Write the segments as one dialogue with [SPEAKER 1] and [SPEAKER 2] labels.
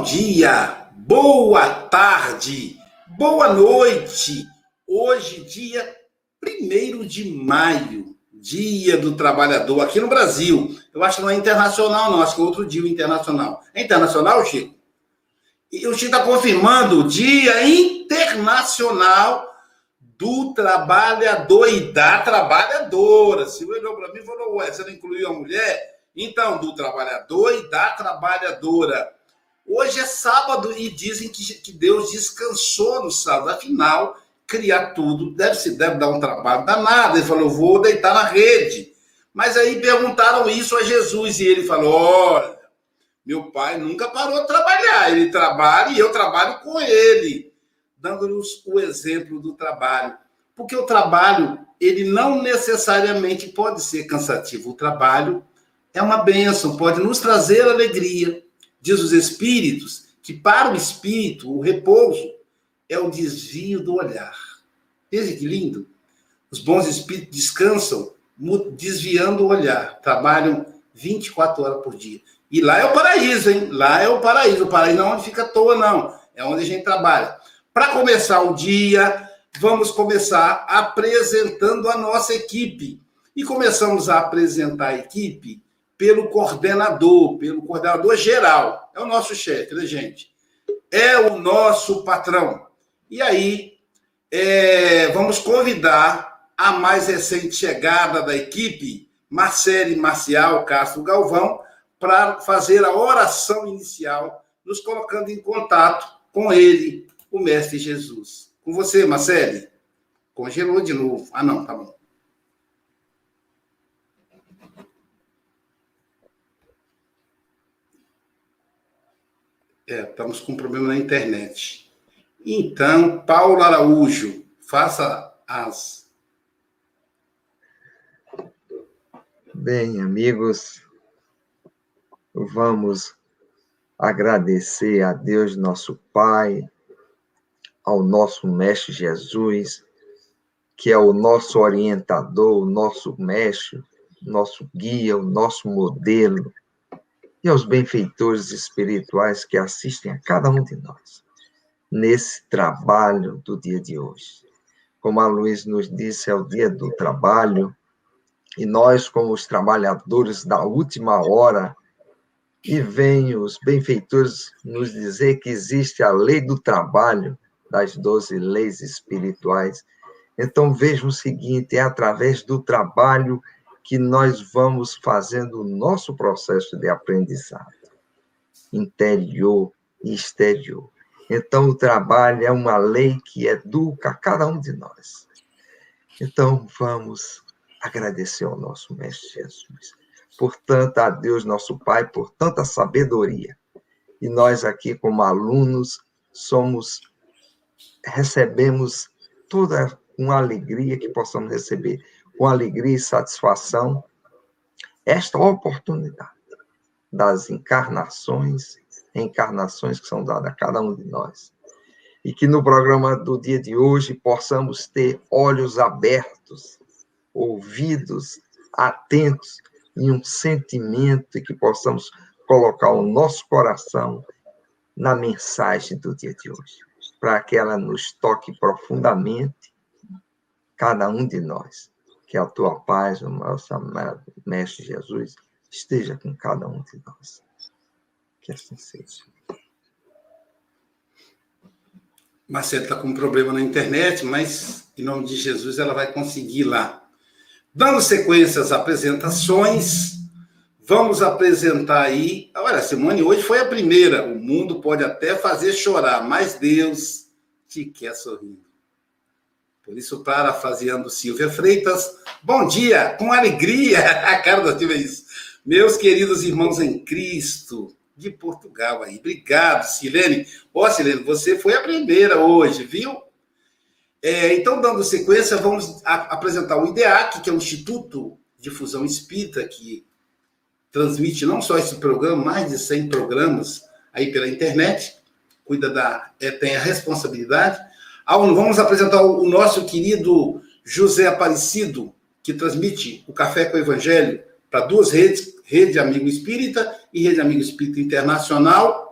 [SPEAKER 1] dia, boa tarde, boa noite. Hoje, dia 1º de maio, Dia do Trabalhador, aqui no Brasil. Eu acho que não é internacional, não. Acho que é outro dia internacional. É internacional, Chico? E o Chico está confirmando o Dia Internacional do Trabalhador e da Trabalhadora. Se olhou para mim e falou, ué, você não incluiu a mulher? Então, do trabalhador e da trabalhadora. Hoje é sábado e dizem que Deus descansou no sábado. Afinal, criar tudo deve dar um trabalho danado. Ele falou, vou deitar na rede. Mas aí perguntaram isso a Jesus e ele falou, olha, meu pai nunca parou de trabalhar. Ele trabalha e eu trabalho com ele, dando-nos o exemplo do trabalho. Porque o trabalho, ele não necessariamente pode ser cansativo. O trabalho é uma bênção, pode nos trazer alegria. Diz os espíritos que para o espírito, o repouso é o desvio do olhar. Veja que lindo. Os bons espíritos descansam desviando o olhar. Trabalham 24 horas por dia. E lá é o paraíso, hein? Lá é o paraíso. O paraíso não é onde fica à toa, não. É onde a gente trabalha. Para começar o dia, vamos começar apresentando a nossa equipe. E começamos a apresentar a equipe pelo coordenador geral. É o nosso chefe, né, gente? É o nosso patrão. E aí, vamos convidar a mais recente chegada da equipe, Marcele Marcial Castro Galvão, para fazer a oração inicial, nos colocando em contato com ele, o Mestre Jesus. Com você, Marcele. Congelou de novo. Ah, não, tá bom. Estamos com um problema na internet. Então, Paulo Araújo, faça as...
[SPEAKER 2] Bem, amigos, vamos agradecer a Deus, nosso Pai, ao nosso Mestre Jesus, que é o nosso orientador, o nosso mestre, nosso guia, o nosso modelo, e aos benfeitores espirituais que assistem a cada um de nós nesse trabalho do dia de hoje. Como a Luiz nos disse, é o dia do trabalho, e nós, como os trabalhadores da última hora, e vem os benfeitores nos dizer que existe a lei do trabalho, das 12 leis espirituais. Então, vejam o seguinte, é através do trabalho que nós vamos fazendo o nosso processo de aprendizado, interior e exterior. Então, o trabalho é uma lei que educa cada um de nós. Então, vamos agradecer ao nosso Mestre Jesus, portanto, a Deus, nosso Pai, por tanta sabedoria. E nós aqui, como alunos, recebemos toda uma alegria que possamos receber, com alegria e satisfação, esta oportunidade das encarnações que são dadas a cada um de nós. E que no programa do dia de hoje possamos ter olhos abertos, ouvidos atentos e um sentimento, e que possamos colocar o nosso coração na mensagem do dia de hoje, para que ela nos toque profundamente, cada um de nós. Que a tua paz, o nosso amado Mestre Jesus, esteja com cada um de nós. Que assim seja.
[SPEAKER 1] Marcelo está com um problema na internet, mas, em nome de Jesus, ela vai conseguir lá. Dando sequência às apresentações, vamos apresentar aí... Olha, Simone, hoje foi a primeira. O mundo pode até fazer chorar, mas Deus te quer sorrindo. Por isso, parafraseando Silvia Freitas, bom dia, com alegria. A cara da Silvia é isso. Meus queridos irmãos em Cristo, de Portugal aí. Obrigado, Silene. Silene, você foi a primeira hoje, viu? Então, dando sequência, vamos apresentar o IDEAC, que é o Instituto de Difusão Espírita, que transmite não só esse programa, mais de 100 programas aí pela internet, tem a responsabilidade. Vamos apresentar o nosso querido José Aparecido, que transmite o Café com o Evangelho para 2 redes, Rede Amigo Espírita e Rede Amigo Espírita Internacional.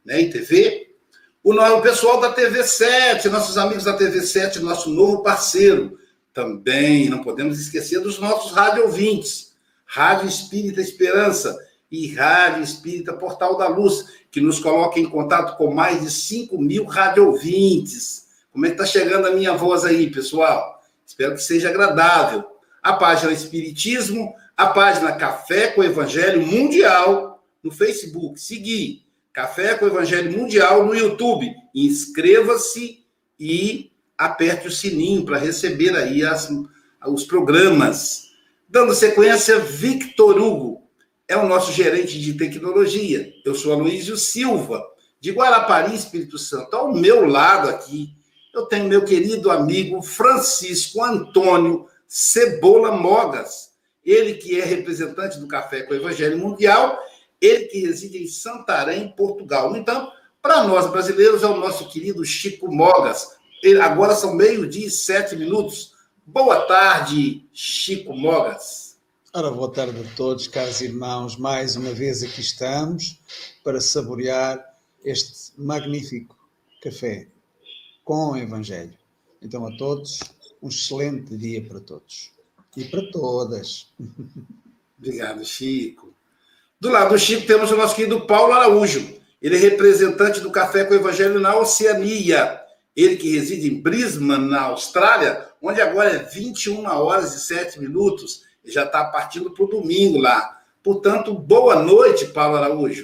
[SPEAKER 1] né, e TV. O pessoal da TV7, nossos amigos da TV7, nosso novo parceiro. Também não podemos esquecer dos nossos rádio ouvintes. Rádio Espírita Esperança e Rádio Espírita Portal da Luz, que nos coloca em contato com mais de 5.000 rádio ouvintes. Como é que está chegando a minha voz aí, pessoal? Espero que seja agradável. A página Espiritismo, a página Café com Evangelho Mundial no Facebook. Seguir Café com Evangelho Mundial no YouTube. Inscreva-se e aperte o sininho para receber aí os programas. Dando sequência, Victor Hugo é o nosso gerente de tecnologia. Eu sou Aloísio Silva, de Guarapari, Espírito Santo. Ao meu lado aqui, eu tenho meu querido amigo Francisco Antônio Cebola Mogas. Ele que é representante do Café com Evangelho Mundial, ele que reside em Santarém, Portugal. Então, para nós brasileiros, é o nosso querido Chico Mogas. Agora são 12:07. Boa tarde, Chico Mogas.
[SPEAKER 3] Ora, boa tarde a todos, caros irmãos. Mais uma vez aqui estamos para saborear este magnífico café com o Evangelho. Então, a todos, um excelente dia para todos e para todas.
[SPEAKER 1] Obrigado, Chico. Do lado do Chico temos o nosso querido Paulo Araújo. Ele é representante do Café com o Evangelho na Oceania. Ele que reside em Brisbane, na Austrália, onde agora é 21h07. E já está partindo para o domingo lá. Portanto, boa noite, Paulo Araújo.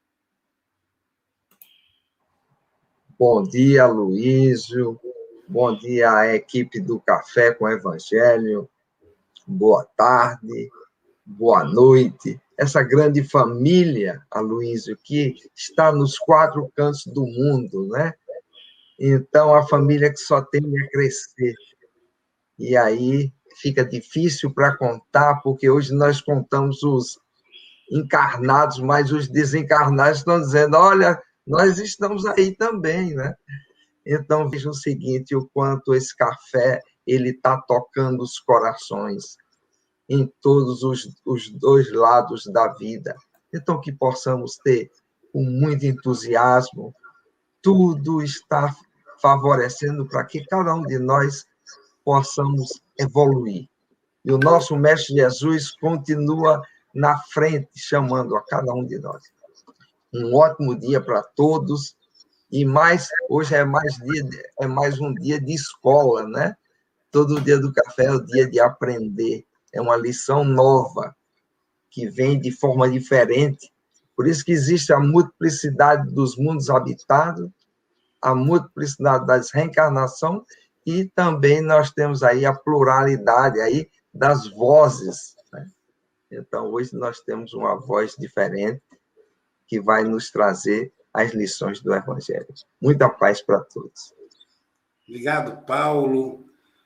[SPEAKER 2] Bom dia, Luísio. Bom dia à equipe do Café com o Evangelho. Boa tarde, boa noite. Essa grande família, Aloísio, que está nos 4 cantos do mundo, né? Então, a família que só tende a crescer. E aí fica difícil para contar, porque hoje nós contamos os encarnados, mas os desencarnados estão dizendo, olha, nós estamos aí também, né? Então, veja o seguinte, o quanto esse café ele está tocando os corações em todos os 2 lados da vida. Então, que possamos ter com muito entusiasmo, tudo está favorecendo para que cada um de nós possamos evoluir. E o nosso Mestre Jesus continua na frente, chamando a cada um de nós. Um ótimo dia para todos. E hoje é mais um dia de escola, né? Todo dia do café é o dia de aprender. É uma lição nova, que vem de forma diferente. Por isso que existe a multiplicidade dos mundos habitados, a multiplicidade das reencarnações, e também nós temos aí a pluralidade aí das vozes, né? Então, hoje nós temos uma voz diferente que vai nos trazer as lições do Evangelho. Muita paz para todos.
[SPEAKER 1] Obrigado, Paulo.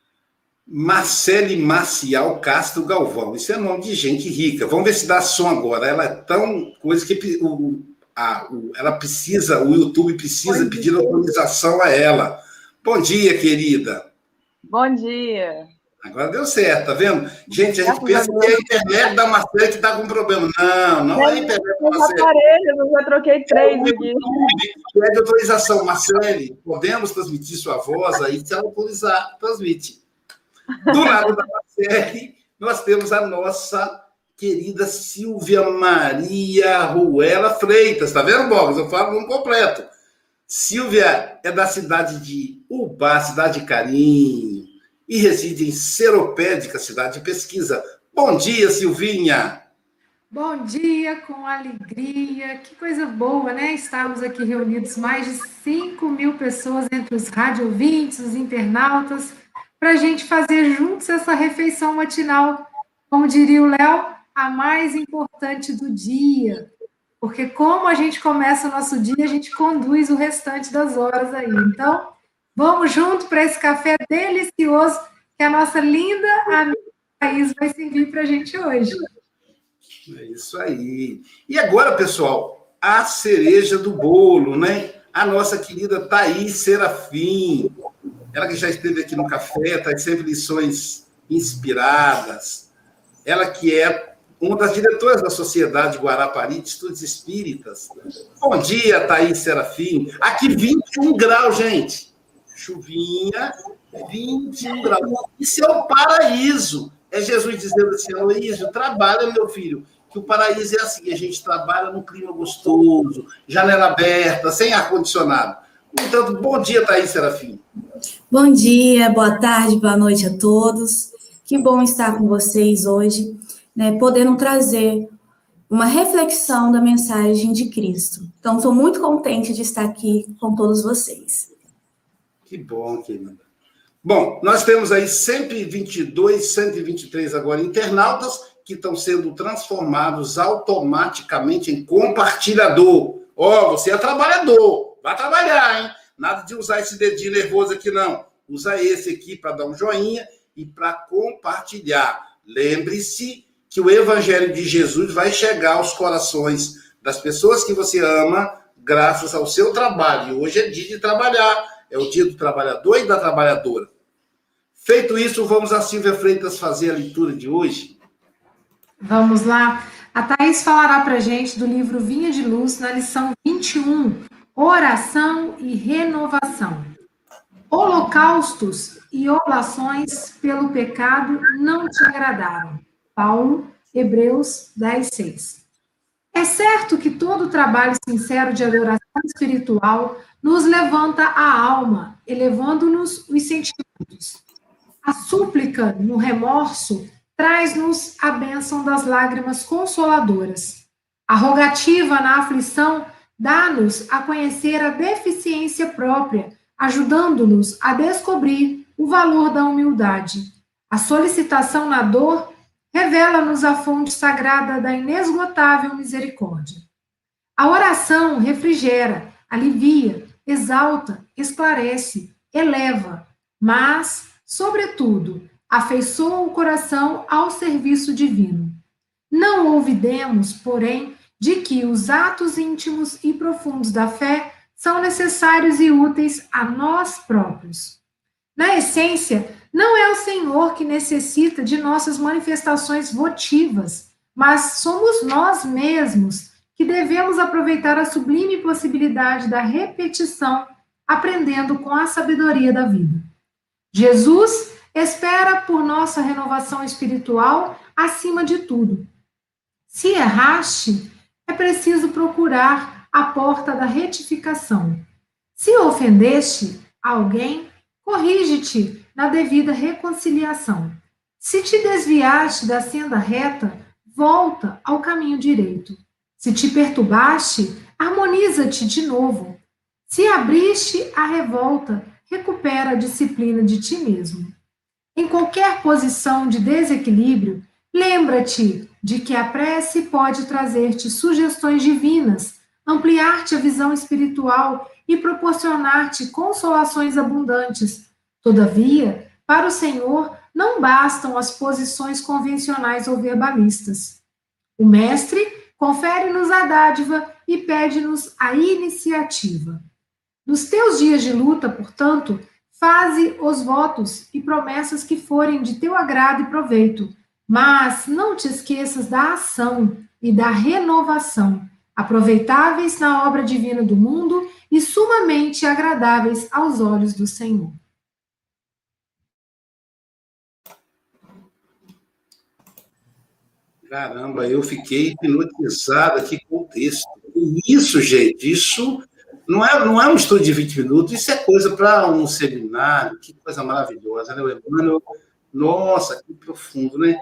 [SPEAKER 1] Marcele Maciel Castro Galvão. Isso é nome de gente rica. Vamos ver se dá som agora. Ela é tão coisa que ela precisa, o YouTube precisa pedir autorização a ela. Bom dia, querida.
[SPEAKER 4] Bom dia.
[SPEAKER 1] Agora deu certo, tá vendo? Gente, a gente pensa que é a internet da Marcele que está com problema. Não é a internet da Marcele.
[SPEAKER 4] Eu já troquei 3 aqui.
[SPEAKER 1] Pede autorização. Marcele, podemos transmitir sua voz aí? Se ela autorizar, transmite. Do lado da Marcele, nós temos a nossa querida Silvia Maria Ruela Freitas. Tá vendo, Bogas? Eu falo no completo. Silvia é da cidade de Ubá, cidade de Carim, e reside em Seropédica, cidade de pesquisa. Bom dia, Silvinha!
[SPEAKER 5] Bom dia, com alegria. Que coisa boa, né? Estamos aqui reunidos, mais de 5.000 pessoas entre os rádio ouvintes, os internautas, para a gente fazer juntos essa refeição matinal, como diria o Léo, a mais importante do dia. Porque como a gente começa o nosso dia, a gente conduz o restante das horas aí. Então, vamos junto para esse café delicioso que a nossa linda amiga Thaís vai servir para a gente hoje.
[SPEAKER 1] É isso aí. E agora, pessoal, a cereja do bolo, né? A nossa querida Thaís Serafim. Ela que já esteve aqui no café, traz sempre lições inspiradas. Ela que é uma das diretoras da Sociedade Guarapari de Estudos Espíritas. Bom dia, Thaís Serafim. Aqui 21 graus, gente. Chuvinha, 21 graus. Isso é o paraíso. É Jesus dizendo assim, Aloísio, trabalha, meu filho, que o paraíso é assim, a gente trabalha num clima gostoso, janela aberta, sem ar-condicionado. Portanto, bom dia, Thaís Serafim.
[SPEAKER 6] Bom dia, boa tarde, boa noite a todos. Que bom estar com vocês hoje, né, podendo trazer uma reflexão da mensagem de Cristo. Então, estou muito contente de estar aqui com todos vocês.
[SPEAKER 1] Que bom, querida. Bom, nós temos aí 122, 123 agora internautas que estão sendo transformados automaticamente em compartilhador. Você é trabalhador, vai trabalhar, hein? Nada de usar esse dedinho nervoso aqui, não. Usa esse aqui para dar um joinha e para compartilhar. Lembre-se que o Evangelho de Jesus vai chegar aos corações das pessoas que você ama graças ao seu trabalho. E hoje é dia de trabalhar. É o dia do trabalhador e da trabalhadora. Feito isso, vamos a Silvia Freitas fazer a leitura de hoje.
[SPEAKER 5] Vamos lá. A Thaís falará para a gente do livro Vinha de Luz, na lição 21, Oração e Renovação. Holocaustos e oblações pelo pecado não te agradaram. Paulo, Hebreus 10:6. É certo que todo trabalho sincero de adoração espiritual nos levanta a alma, elevando-nos os sentimentos. A súplica no remorso traz-nos a bênção das lágrimas consoladoras. A rogativa na aflição dá-nos a conhecer a deficiência própria, ajudando-nos a descobrir o valor da humildade. A solicitação na dor revela-nos a fonte sagrada da inesgotável misericórdia. A oração refrigera, alivia, exalta, esclarece, eleva, mas, sobretudo, afeiçoa o coração ao serviço divino. Não olvidemos, porém, de que os atos íntimos e profundos da fé são necessários e úteis a nós próprios. Na essência, não é o Senhor que necessita de nossas manifestações votivas, mas somos nós mesmos que devemos aproveitar a sublime possibilidade da repetição, aprendendo com a sabedoria da vida. Jesus espera por nossa renovação espiritual acima de tudo. Se erraste, é preciso procurar a porta da retificação. Se ofendeste alguém, corrige-te na devida reconciliação. Se te desviaste da senda reta, volta ao caminho direito. Se te perturbaste, harmoniza-te de novo. Se abriste a revolta, recupera a disciplina de ti mesmo. Em qualquer posição de desequilíbrio, lembra-te de que a prece pode trazer-te sugestões divinas, ampliar-te a visão espiritual e proporcionar-te consolações abundantes. Todavia, para o Senhor, não bastam as posições convencionais ou verbalistas. O Mestre confere-nos a dádiva e pede-nos a iniciativa. Nos teus dias de luta, portanto, faze os votos e promessas que forem de teu agrado e proveito, mas não te esqueças da ação e da renovação, aproveitáveis na obra divina do mundo e sumamente agradáveis aos olhos do Senhor.
[SPEAKER 1] Caramba, eu fiquei hipnotizado aqui com o texto. Isso, gente, isso não é um estudo de 20 minutos, isso é coisa para um seminário, que coisa maravilhosa, né, Emmanuel? Nossa, que profundo, né?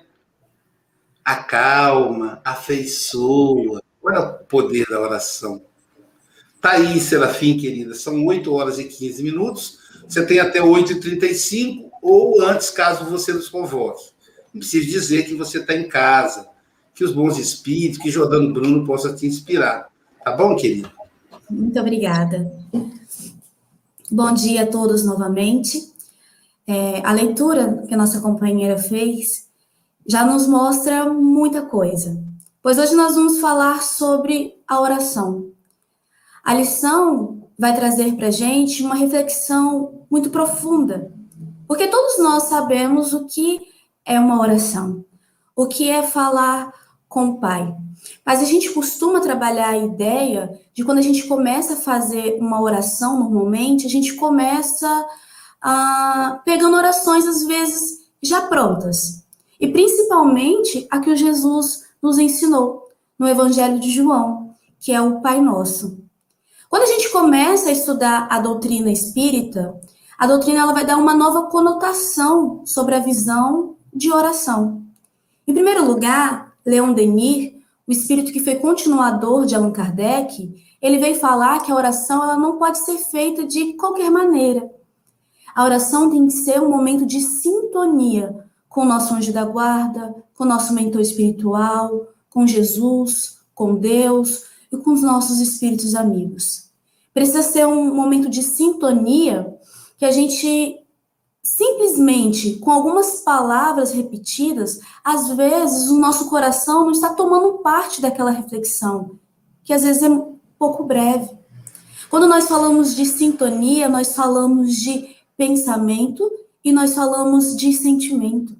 [SPEAKER 1] Acalma, afeiçoa. Olha o poder da oração. Thaís Serafim, querida, são 8 horas e 15 minutos. Você tem até 8h35 ou antes, caso você nos convoque. Não precisa dizer que você está em casa, que os bons espíritos, que Jordano Bruno possa te inspirar. Tá bom, querida?
[SPEAKER 6] Muito obrigada. Bom dia a todos novamente. A leitura que a nossa companheira fez já nos mostra muita coisa, pois hoje nós vamos falar sobre a oração. A lição vai trazer para a gente uma reflexão muito profunda, porque todos nós sabemos o que é uma oração, o que é falar com o Pai. Mas a gente costuma trabalhar a ideia de quando a gente começa a fazer uma oração, normalmente, a gente começa pegando orações, às vezes, já prontas. E principalmente a que o Jesus nos ensinou no Evangelho de João, que é o Pai Nosso. Quando a gente começa a estudar a doutrina espírita, a doutrina ela vai dar uma nova conotação sobre a visão de oração. Em primeiro lugar, Leon Denis, o espírito que foi continuador de Allan Kardec, ele veio falar que a oração ela não pode ser feita de qualquer maneira. A oração tem que ser um momento de sintonia com o nosso anjo da guarda, com o nosso mentor espiritual, com Jesus, com Deus e com os nossos espíritos amigos. Precisa ser um momento de sintonia que a gente simplesmente, com algumas palavras repetidas, às vezes o nosso coração não está tomando parte daquela reflexão, que às vezes é um pouco breve. Quando nós falamos de sintonia, nós falamos de pensamento e nós falamos de sentimento.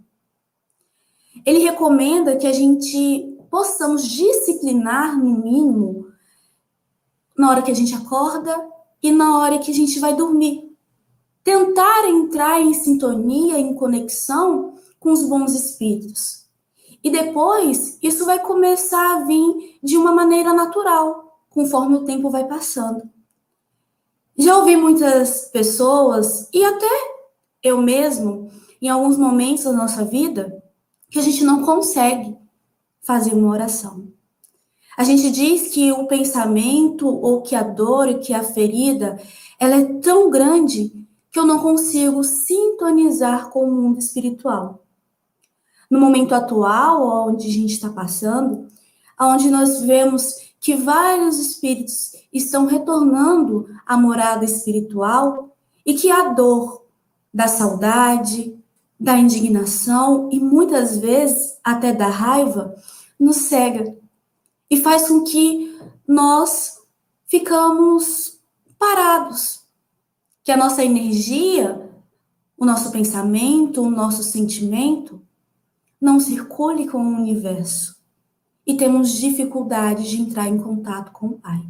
[SPEAKER 6] Ele recomenda que a gente possamos disciplinar, no mínimo, na hora que a gente acorda e na hora que a gente vai dormir. Tentar entrar em sintonia, em conexão com os bons espíritos. E depois, isso vai começar a vir de uma maneira natural, conforme o tempo vai passando. Já ouvi muitas pessoas, e até eu mesmo, em alguns momentos da nossa vida, que a gente não consegue fazer uma oração. A gente diz que o pensamento, ou que a dor, ou que a ferida, ela é tão grande que eu não consigo sintonizar com o mundo espiritual. No momento atual, onde a gente está passando, onde nós vemos que vários espíritos estão retornando à morada espiritual e que a dor da saudade, da indignação e muitas vezes até da raiva nos cega e faz com que nós ficamos parados, que a nossa energia, o nosso pensamento, o nosso sentimento não circule com o universo e temos dificuldade de entrar em contato com o Pai.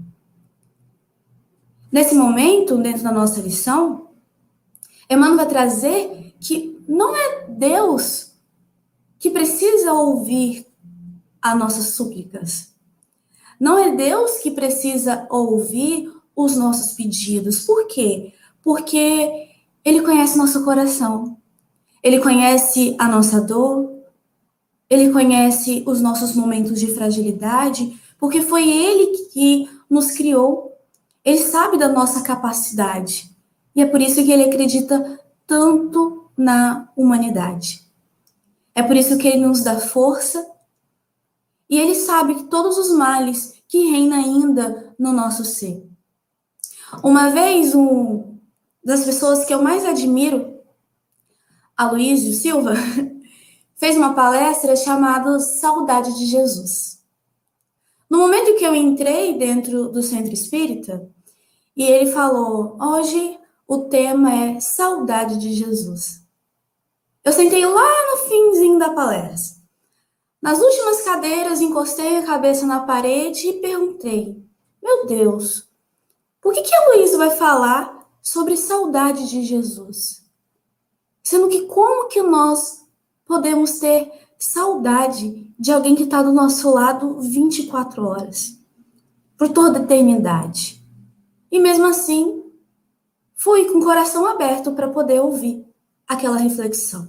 [SPEAKER 6] Nesse momento, dentro da nossa lição, Emmanuel vai trazer que não é Deus que precisa ouvir as nossas súplicas. Não é Deus que precisa ouvir os nossos pedidos. Por quê? Porque Ele conhece nosso coração. Ele conhece a nossa dor. Ele conhece os nossos momentos de fragilidade, porque foi Ele que nos criou. Ele sabe da nossa capacidade. E é por isso que Ele acredita tanto na humanidade. É por isso que Ele nos dá força. E Ele sabe que todos os males que reinam ainda no nosso ser. Uma vez, uma das pessoas que eu mais admiro, Aloísio Silva, fez uma palestra chamada Saudade de Jesus. No momento que eu entrei dentro do Centro Espírita, e ele falou, hoje o tema é Saudade de Jesus. Eu sentei lá no finzinho da palestra. Nas últimas cadeiras, encostei a cabeça na parede e perguntei, meu Deus, por que a Luísa vai falar sobre saudade de Jesus? Sendo que como que nós podemos ter saudade de alguém que está do nosso lado 24 horas, por toda a eternidade? E mesmo assim, fui com o coração aberto para poder ouvir aquela reflexão.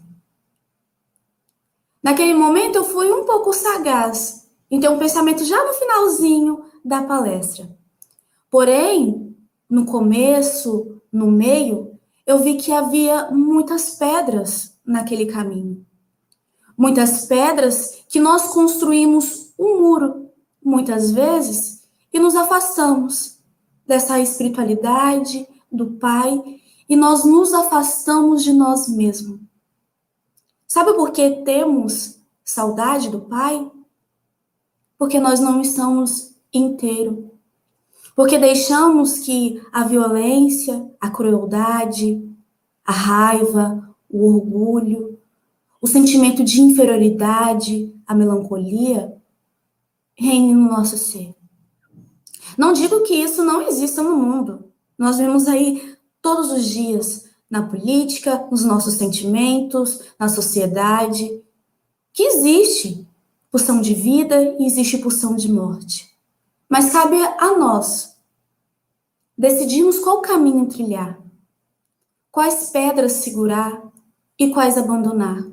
[SPEAKER 6] Naquele momento, eu fui um pouco sagaz, então um pensamento já no finalzinho da palestra. Porém, no começo, no meio, eu vi que havia muitas pedras naquele caminho. Muitas pedras que nós construímos um muro, muitas vezes, e nos afastamos dessa espiritualidade, do Pai, e nós nos afastamos de nós mesmos. Sabe por que temos saudade do Pai? Porque nós não estamos inteiros. Porque deixamos que a violência, a crueldade, a raiva, o orgulho, o sentimento de inferioridade, a melancolia, reine no nosso ser. Não digo que isso não exista no mundo. Nós vemos aí todos os dias, na política, nos nossos sentimentos, na sociedade, que existe pulsão de vida e existe pulsão de morte. Mas cabe a nós decidirmos qual caminho trilhar, quais pedras segurar e quais abandonar.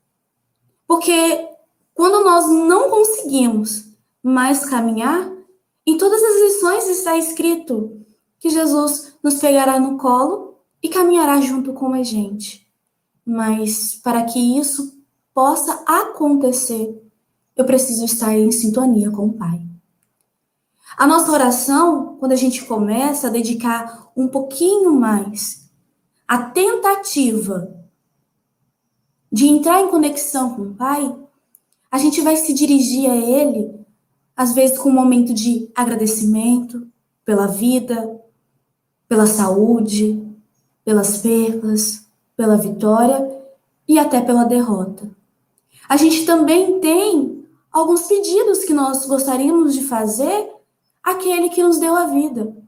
[SPEAKER 6] Porque quando nós não conseguimos mais caminhar, em todas as lições está escrito que Jesus nos pegará no colo e caminhará junto com a gente. Mas para que isso possa acontecer, eu preciso estar em sintonia com o Pai. A nossa oração, quando a gente começa a dedicar um pouquinho mais a tentativa de entrar em conexão com o Pai, a gente vai se dirigir a Ele, às vezes com um momento de agradecimento pela vida, pela saúde, pelas perdas, pela vitória e até pela derrota. A gente também tem alguns pedidos que nós gostaríamos de fazer àquele que nos deu a vida.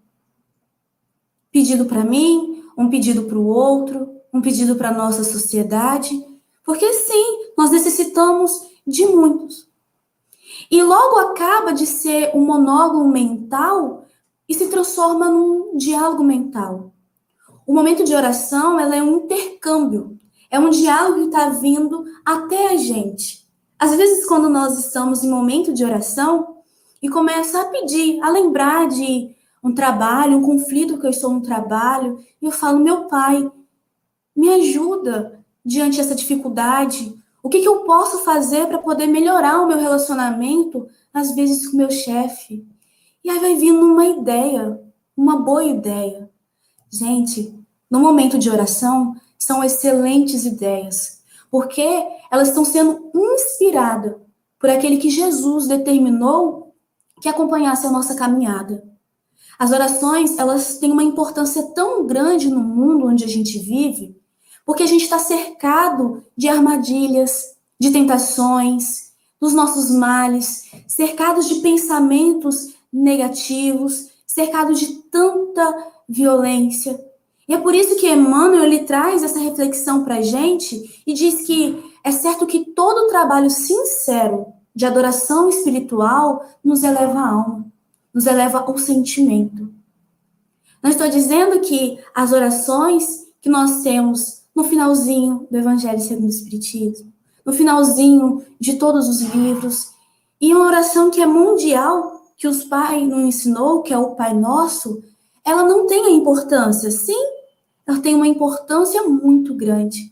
[SPEAKER 6] Pedido para mim, um pedido para o outro, um pedido para a nossa sociedade, porque sim, nós necessitamos de muitos. E logo acaba de ser um monólogo mental e se transforma num diálogo mental. O momento de oração, ela é um intercâmbio, é um diálogo que está vindo até a gente. Às vezes, quando nós estamos em momento de oração e começa a pedir, a lembrar de um trabalho, um conflito que eu estou no trabalho, e eu falo, meu Pai, me ajuda diante dessa dificuldade. O que eu posso fazer para poder melhorar o meu relacionamento, às vezes, com o meu chefe? E aí vai vindo uma ideia, uma boa ideia. Gente, no momento de oração, são excelentes ideias, porque elas estão sendo inspiradas por aquele que Jesus determinou que acompanhasse a nossa caminhada. As orações, elas têm uma importância tão grande no mundo onde a gente vive, porque a gente está cercado de armadilhas, de tentações, dos nossos males, cercados de pensamentos negativos, cercados de tanta violência. E é por isso que Emmanuel, ele traz essa reflexão para a gente e diz que é certo que todo trabalho sincero de adoração espiritual nos eleva a alma, nos eleva ao sentimento. Não estou dizendo que as orações que nós temos no finalzinho do Evangelho segundo o Espiritismo, no finalzinho de todos os livros, e uma oração que é mundial, que os pais nos ensinou, que é o Pai Nosso, ela não tem a importância. Sim, ela tem uma importância muito grande.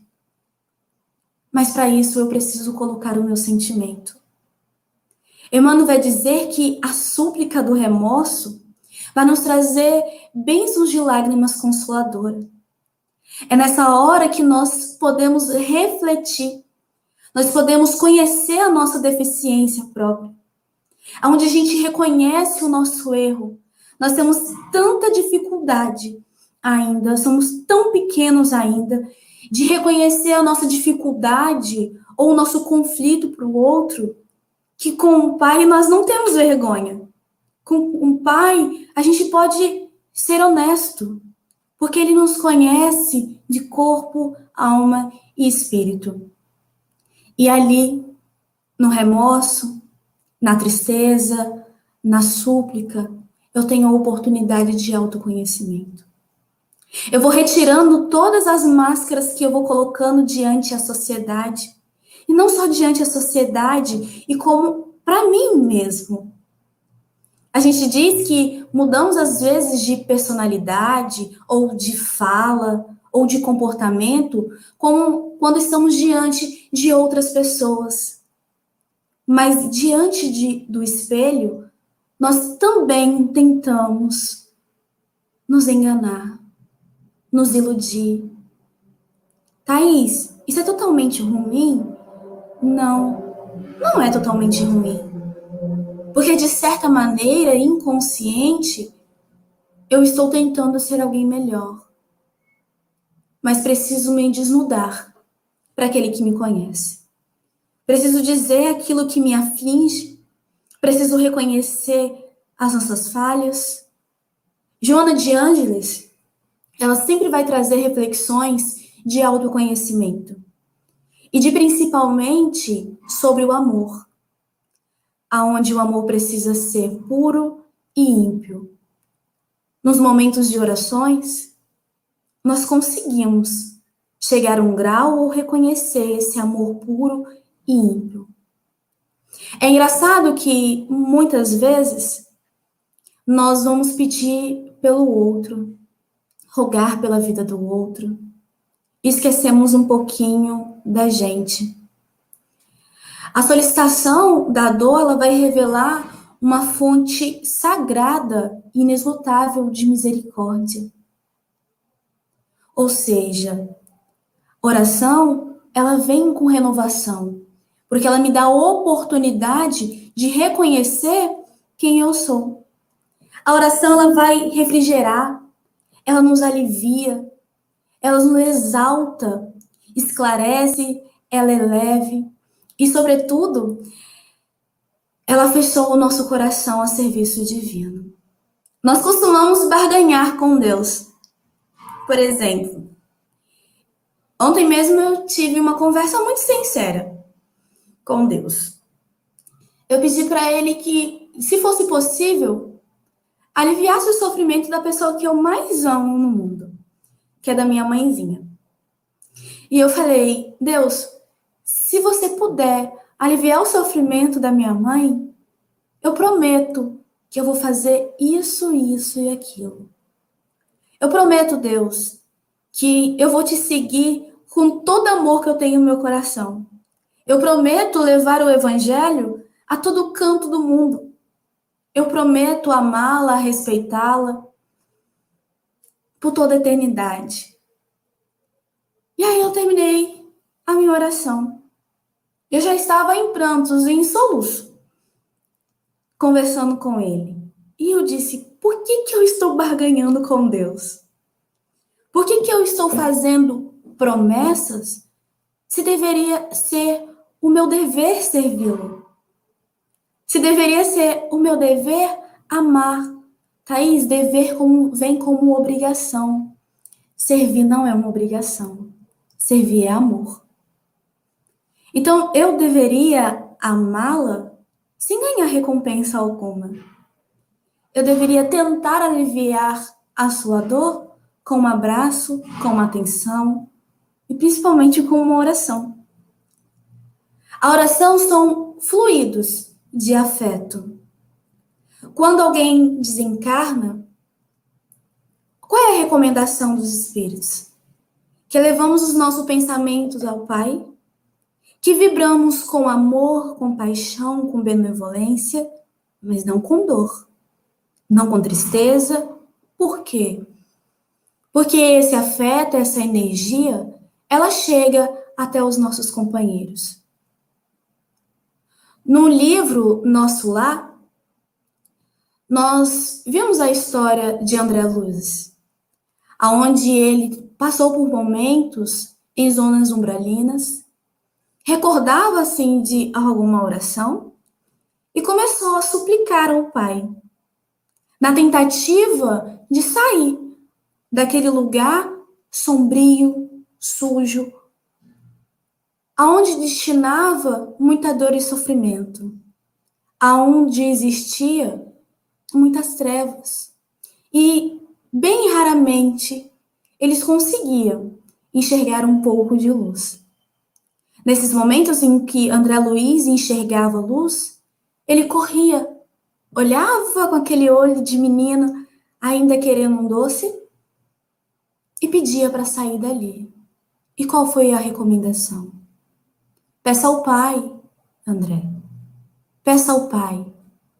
[SPEAKER 6] Mas para isso eu preciso colocar o meu sentimento. Emmanuel vai dizer que a súplica do remorso vai nos trazer bênçãos de lágrimas consoladoras. É nessa hora que nós podemos refletir, nós podemos conhecer a nossa deficiência própria, onde a gente reconhece o nosso erro. Nós temos tanta dificuldade ainda, somos tão pequenos ainda, de reconhecer a nossa dificuldade ou o nosso conflito para o outro, que com o Pai nós não temos vergonha. Com o Pai a gente pode ser honesto, porque Ele nos conhece de corpo, alma e espírito. E ali, no remorso, na tristeza, na súplica, eu tenho a oportunidade de autoconhecimento. Eu vou retirando todas as máscaras que eu vou colocando diante da sociedade. E não só diante da sociedade, e como para mim mesmo. A gente diz que mudamos às vezes de personalidade, ou de fala, ou de comportamento, como quando estamos diante de outras pessoas. Mas diante do espelho, nós também tentamos nos enganar, nos iludir. Thaís, isso é totalmente ruim? Não é totalmente ruim. Porque, de certa maneira, inconsciente, eu estou tentando ser alguém melhor. Mas preciso me desnudar para aquele que me conhece. Preciso dizer aquilo que me aflige. preciso reconhecer as nossas falhas. Joana de Ângeles, ela sempre vai trazer reflexões de autoconhecimento e de principalmente sobre o amor, aonde o amor precisa ser puro e ímpio. Nos momentos de orações, nós conseguimos chegar a um grau ou reconhecer esse amor puro e ímpio. É engraçado que, muitas vezes, nós vamos pedir pelo outro, rogar pela vida do outro, e esquecemos um pouquinho da gente. A solicitação da dor, ela vai revelar uma fonte sagrada e inesgotável de misericórdia. Ou seja, oração, ela vem com renovação, porque ela me dá a oportunidade de reconhecer quem eu sou. A oração, ela vai refrigerar, ela nos alivia, ela nos exalta, esclarece, ela eleve e, sobretudo, ela fechou o nosso coração a serviço divino. Nós costumamos barganhar com Deus. Por exemplo, ontem mesmo eu tive uma conversa muito sincera com Deus. Eu pedi para Ele que, se fosse possível, aliviasse o sofrimento da pessoa que eu mais amo no mundo, que é da minha mãezinha. E eu falei, Deus, se você puder aliviar o sofrimento da minha mãe, eu prometo que eu vou fazer isso, isso e aquilo. Eu prometo, Deus, que eu vou te seguir com todo amor que eu tenho no meu coração. Eu prometo levar o evangelho a todo canto do mundo. Eu prometo amá-la, respeitá-la por toda a eternidade. E aí eu terminei a minha oração. Eu já estava em prantos e em soluço, conversando com ele. E eu disse, por que eu estou barganhando com Deus? Por que eu estou fazendo promessas se deveria ser o meu dever servi-lo? Se deveria ser o meu dever amar. Thaís, dever vem como obrigação. Servir não é uma obrigação. Servir é amor. Então, eu deveria amá-la sem ganhar recompensa alguma. Eu deveria tentar aliviar a sua dor com um abraço, com uma atenção e principalmente com uma oração. A oração são fluidos de afeto. Quando alguém desencarna, qual é a recomendação dos espíritos? Que levamos os nossos pensamentos ao Pai, que vibramos com amor, com paixão, com benevolência, mas não com dor, não com tristeza. Por quê? Porque esse afeto, essa energia, ela chega até os nossos companheiros. No livro Nosso Lar, nós vimos a história de André Luiz, onde ele passou por momentos em zonas umbralinas, recordava assim de alguma oração e começou a suplicar ao Pai, na tentativa de sair daquele lugar sombrio, sujo, aonde destinava muita dor e sofrimento, aonde existia muitas trevas. E, bem raramente, eles conseguiam enxergar um pouco de luz. Nesses momentos em que André Luiz enxergava luz, ele corria, olhava com aquele olho de menino, ainda querendo um doce, e pedia para sair dali. E qual foi a recomendação? Peça ao Pai, André. Peça ao Pai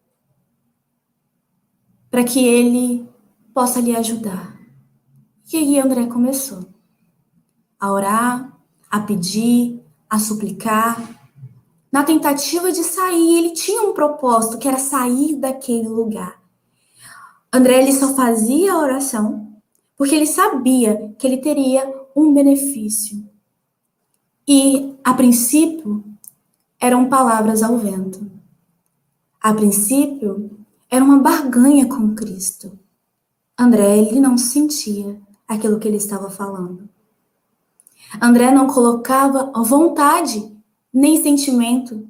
[SPEAKER 6] para que Ele possa lhe ajudar. E aí André começou a orar, a pedir, a suplicar, na tentativa de sair. Ele tinha um propósito, que era sair daquele lugar. André, ele só fazia a oração porque ele sabia que ele teria um benefício. E, a princípio, eram palavras ao vento. A princípio, era uma barganha com Cristo. André, ele não sentia aquilo que ele estava falando. André não colocava vontade, nem sentimento,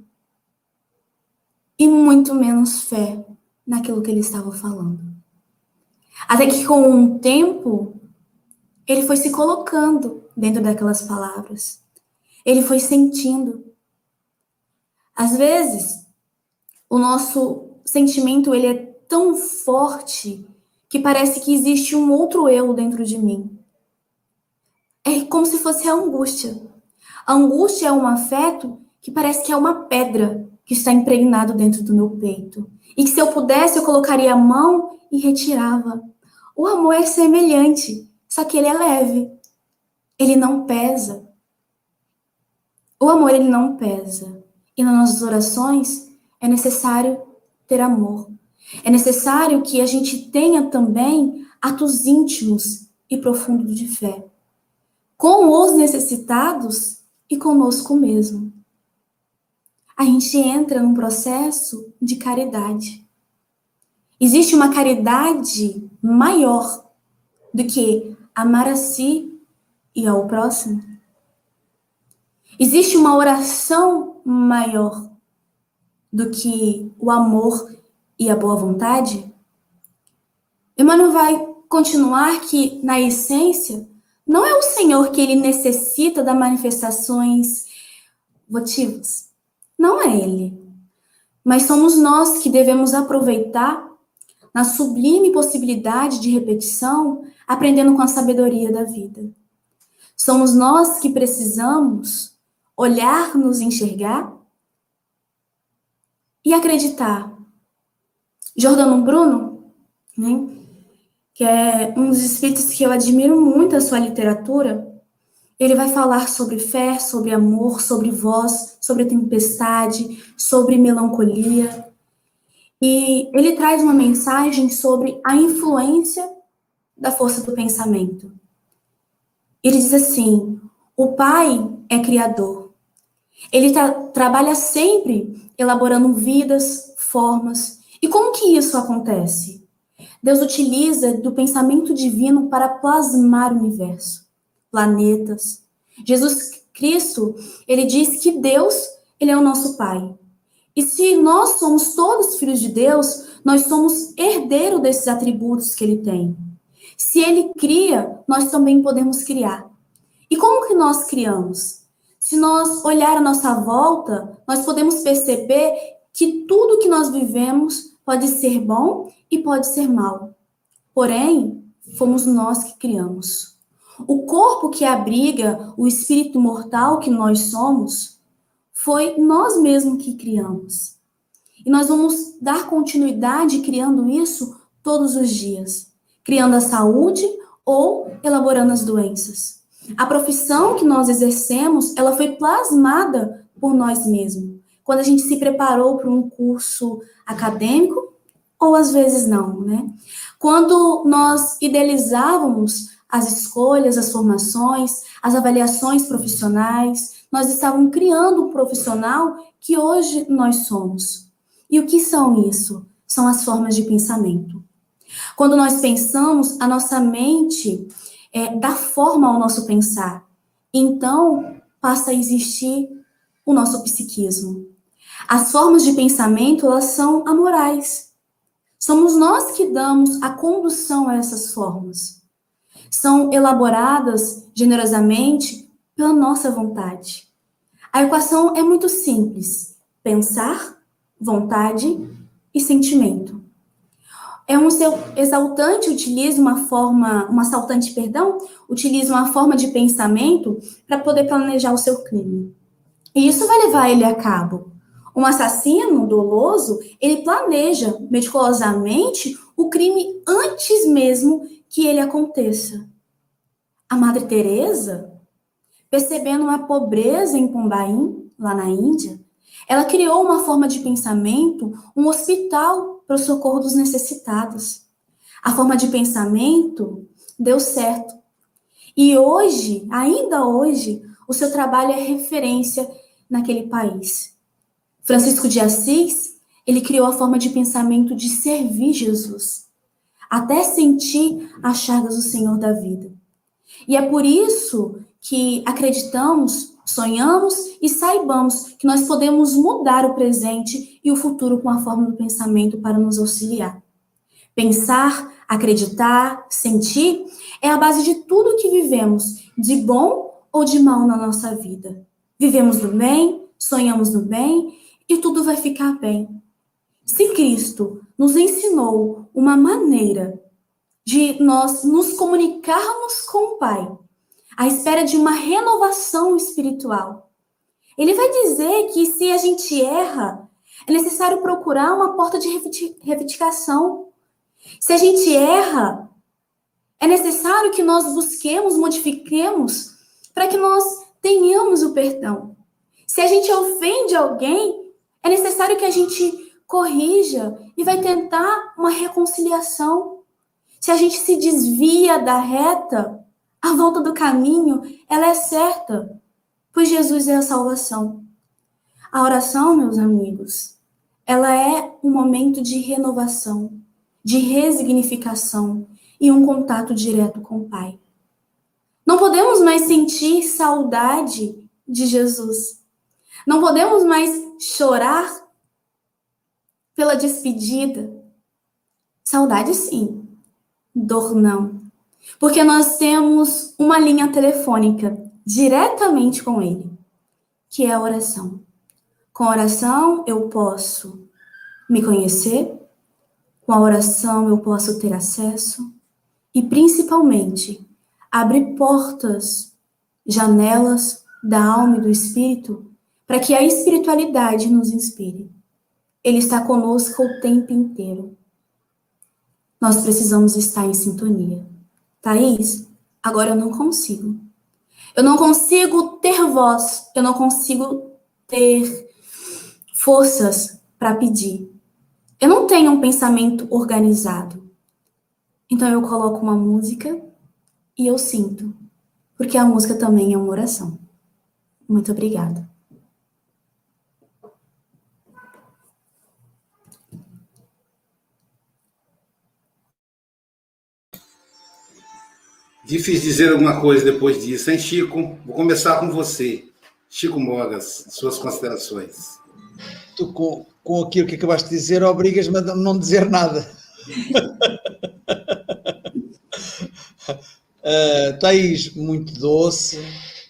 [SPEAKER 6] e muito menos fé naquilo que ele estava falando. Até que com o tempo, ele foi se colocando dentro daquelas palavras. Ele foi sentindo. Às vezes, o nosso sentimento ele é tão forte que parece que existe um outro eu dentro de mim. É como se fosse a angústia. A angústia é um afeto que parece que é uma pedra que está impregnado dentro do meu peito. E que se eu pudesse, eu colocaria a mão e retirava. O amor é semelhante, só que ele é leve. Ele não pesa. O amor, ele não pesa. E nas nossas orações, é necessário ter amor. É necessário que a gente tenha também atos íntimos e profundos de fé. Com os necessitados e conosco mesmo. A gente entra num processo de caridade. Existe uma caridade maior do que amar a si e ao próximo. Existe uma oração maior do que o amor e a boa vontade? Emmanuel vai continuar que, na essência, não é o Senhor que ele necessita das manifestações votivas. Não é ele. Mas somos nós que devemos aproveitar na sublime possibilidade de repetição, aprendendo com a sabedoria da vida. Somos nós que precisamos olhar, nos enxergar e acreditar. Jordano Bruno, né, que é um dos espíritos que eu admiro muito a sua literatura, ele vai falar sobre fé, sobre amor, sobre voz, sobre tempestade, sobre melancolia. E ele traz uma mensagem sobre a influência da força do pensamento. Ele diz assim: o Pai é criador. Ele trabalha sempre elaborando vidas, formas. E como que isso acontece? Deus utiliza do pensamento divino para plasmar o universo, planetas. Jesus Cristo, ele diz que Deus, ele é o nosso Pai. E se nós somos todos filhos de Deus, nós somos herdeiros desses atributos que ele tem. Se ele cria, nós também podemos criar. E como que nós criamos? Se nós olhar à nossa volta, nós podemos perceber que tudo que nós vivemos pode ser bom e pode ser mal. Porém, fomos nós que criamos. O corpo que abriga o espírito mortal que nós somos, foi nós mesmos que criamos. E nós vamos dar continuidade criando isso todos os dias. Criando a saúde ou elaborando as doenças. A profissão que nós exercemos, ela foi plasmada por nós mesmos. Quando a gente se preparou para um curso acadêmico, ou às vezes não, né? Quando nós idealizávamos as escolhas, as formações, as avaliações profissionais, nós estávamos criando um profissional que hoje nós somos. E o que são isso? São as formas de pensamento. Quando nós pensamos, a nossa mente dá forma ao nosso pensar. Então, passa a existir o nosso psiquismo. As formas de pensamento, elas são amorais. Somos nós que damos a condução a essas formas. São elaboradas generosamente pela nossa vontade. A equação é muito simples. Pensar, vontade e sentimento. Um assaltante utiliza uma forma de pensamento para poder planejar o seu crime. E isso vai levar ele a cabo. Um assassino doloso, ele planeja meticulosamente o crime antes mesmo que ele aconteça. A Madre Teresa, percebendo a pobreza em Pombaim, lá na Índia, ela criou uma forma de pensamento, um hospital para o socorro dos necessitados. A forma de pensamento deu certo. E hoje, ainda hoje, o seu trabalho é referência naquele país. Francisco de Assis, ele criou a forma de pensamento de servir Jesus, até sentir as chagas do Senhor da vida. E é por isso que acreditamos, sonhamos e saibamos que nós podemos mudar o presente e o futuro com a forma do pensamento para nos auxiliar. Pensar, acreditar, sentir é a base de tudo que vivemos, de bom ou de mal na nossa vida. Vivemos do bem, sonhamos do bem e tudo vai ficar bem. Se Cristo nos ensinou uma maneira de nós nos comunicarmos com o Pai, à espera de uma renovação espiritual, ele vai dizer que se a gente erra, é necessário procurar uma porta de retificação. Se a gente erra, é necessário que nós busquemos, modifiquemos, para que nós tenhamos o perdão. Se a gente ofende alguém, é necessário que a gente corrija e vai tentar uma reconciliação. Se a gente se desvia da reta, a volta do caminho, ela é certa, pois Jesus é a salvação. A oração, meus amigos, ela é um momento de renovação, de resignificação e um contato direto com o Pai. Não podemos mais sentir saudade de Jesus. Não podemos mais chorar pela despedida. Saudade, sim. Dor, não. Porque nós temos uma linha telefônica diretamente com Ele, que é a oração. Com a oração, eu posso me conhecer. Com a oração, eu posso ter acesso. E, principalmente, abre portas, janelas da alma e do espírito, para que a espiritualidade nos inspire. Ele está conosco o tempo inteiro. Nós precisamos estar em sintonia. Thaís, agora eu não consigo. Eu não consigo ter voz, eu não consigo ter forças para pedir. Eu não tenho um pensamento organizado. Então eu coloco uma música e eu sinto, porque a música também é uma oração. Muito obrigada.
[SPEAKER 1] Difícil dizer alguma coisa depois disso, hein, Chico? Vou começar com você. Chico Mogas, suas considerações.
[SPEAKER 3] Tu, com aquilo que acabaste de dizer, obrigas-me a não dizer nada. Thaís, muito doce,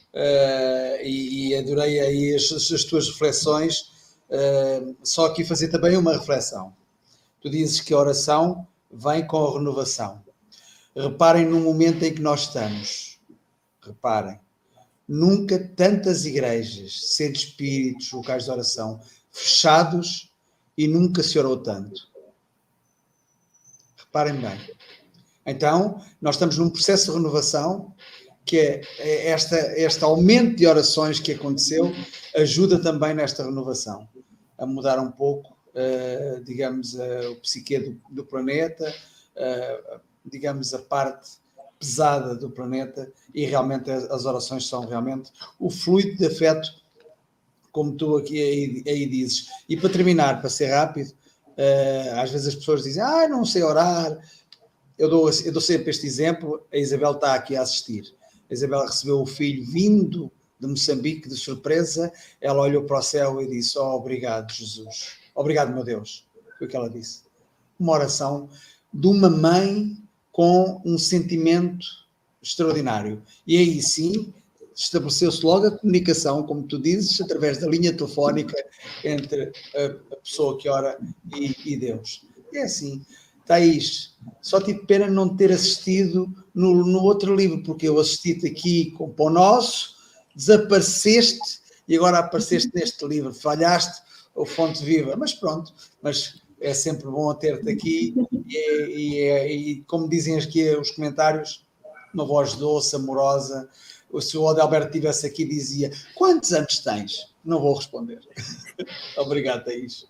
[SPEAKER 3] e adorei aí as tuas reflexões. Só aqui fazer também uma reflexão. Tu dizes que a oração vem com a renovação. Reparem no momento em que nós estamos. Reparem. Nunca tantas igrejas, centros espíritos, locais de oração, fechados e nunca se orou tanto. Reparem bem. Então, nós estamos num processo de renovação que é este aumento de orações que aconteceu ajuda também nesta renovação. A mudar um pouco, digamos, o psique do planeta, digamos, a parte pesada do planeta, e realmente as orações são realmente o fluido de afeto, como tu aqui aí dizes. E para terminar, para ser rápido, às vezes as pessoas dizem, não sei orar. Eu dou sempre este exemplo. A Isabel está aqui a assistir. A Isabel recebeu o filho vindo de Moçambique, de surpresa. Ela olhou para o céu e disse, obrigado, Jesus. Obrigado, meu Deus. Foi o que ela disse. Uma oração de uma mãe com um sentimento extraordinário. E aí sim, estabeleceu-se logo a comunicação, como tu dizes, através da linha telefónica entre a pessoa que ora e Deus. É assim. Thaís, só tive pena não ter assistido no outro livro, porque eu assisti-te aqui com o nosso, desapareceste e agora apareceste neste livro. Falhaste o Fonte Viva. Mas pronto, mas é sempre bom ter-te aqui e como dizem aqui os comentários, uma voz doce, amorosa. Se o Adalberto estivesse aqui, dizia, quantos anos tens? Não vou responder. Obrigado, Thaís.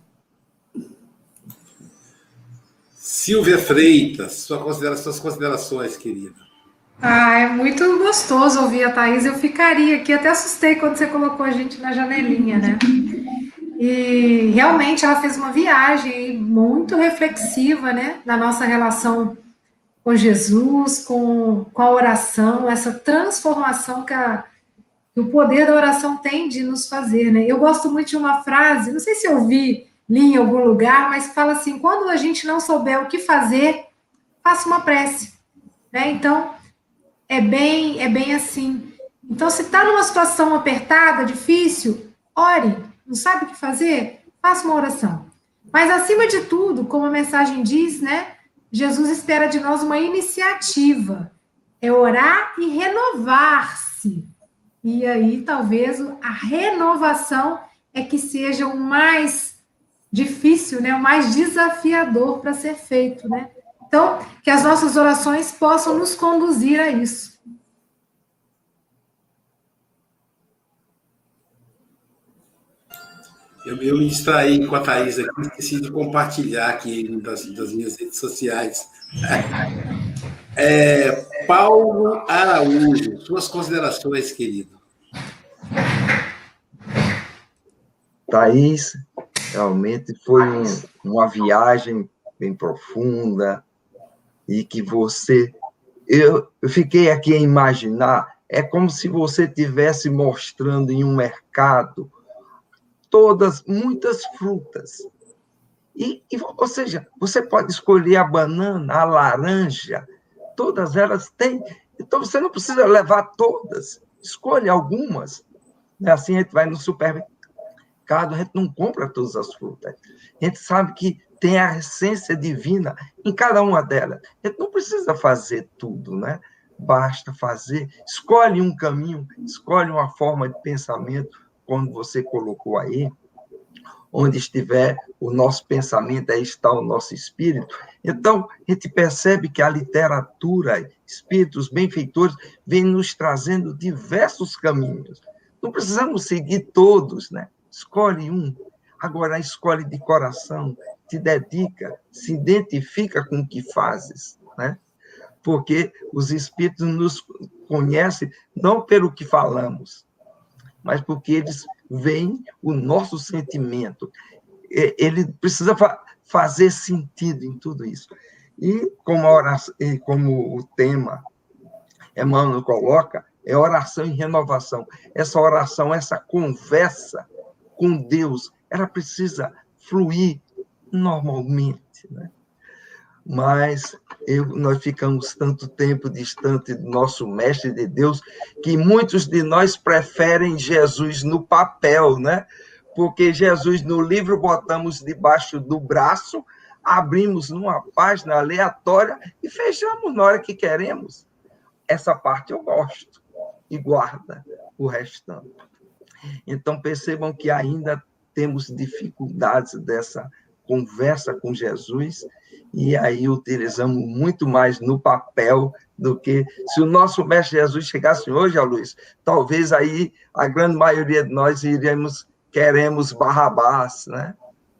[SPEAKER 1] Silvia Freitas, suas considerações, querida.
[SPEAKER 5] É muito gostoso ouvir a Thaís. Eu ficaria aqui, até assustei quando você colocou a gente na janelinha, né? E realmente ela fez uma viagem muito reflexiva, né, na nossa relação com Jesus, com a oração, essa transformação que o poder da oração tem de nos fazer, né? Eu gosto muito de uma frase, não sei se eu li em algum lugar, mas fala assim: quando a gente não souber o que fazer, faça uma prece, né? Então, é bem assim. Então, se está numa situação apertada, difícil, ore. Não sabe o que fazer? Faça uma oração. Mas, acima de tudo, como a mensagem diz, né? Jesus espera de nós uma iniciativa. É orar e renovar-se. E aí, talvez, a renovação é que seja o mais difícil, né? O mais desafiador para ser feito, né? Então, que as nossas orações possam nos conduzir a isso.
[SPEAKER 1] Eu me distraí com a Thaís aqui, esqueci de compartilhar aqui das minhas redes sociais. Paulo Araújo, suas considerações, querido.
[SPEAKER 2] Thaís, realmente foi uma viagem bem profunda e que você... Eu fiquei aqui a imaginar, é como se você estivesse mostrando em um mercado muitas frutas. Ou seja, você pode escolher a banana, a laranja, todas elas têm. Então, você não precisa levar todas, escolha algumas. Assim, a gente vai no supermercado, a gente não compra todas as frutas. A gente sabe que tem a essência divina em cada uma delas. A gente não precisa fazer tudo, né? Basta fazer, escolhe um caminho, escolhe uma forma de pensamento, como você colocou aí. Onde estiver o nosso pensamento, aí está o nosso espírito. Então, a gente percebe que a literatura, espíritos benfeitores, vem nos trazendo diversos caminhos. Não precisamos seguir todos, né? Escolhe um. Agora, escolhe de coração, te dedica, se identifica com o que fazes, né? Porque os espíritos nos conhecem não pelo que falamos, mas porque eles veem o nosso sentimento. Ele precisa fazer sentido em tudo isso. E como o tema Emmanuel coloca, é oração e renovação. Essa oração, essa conversa com Deus, ela precisa fluir normalmente, né? Mas nós ficamos tanto tempo distante do nosso Mestre de Deus, que muitos de nós preferem Jesus no papel, né? Porque Jesus no livro botamos debaixo do braço, abrimos numa página aleatória e fechamos na hora que queremos. Essa parte eu gosto e guarda o restante. Então percebam que ainda temos dificuldades dessa conversa com Jesus, e aí utilizamos muito mais no papel do que... Se o nosso Mestre Jesus chegasse hoje, Luiz, talvez aí a grande maioria de nós queremos Barrabás, né?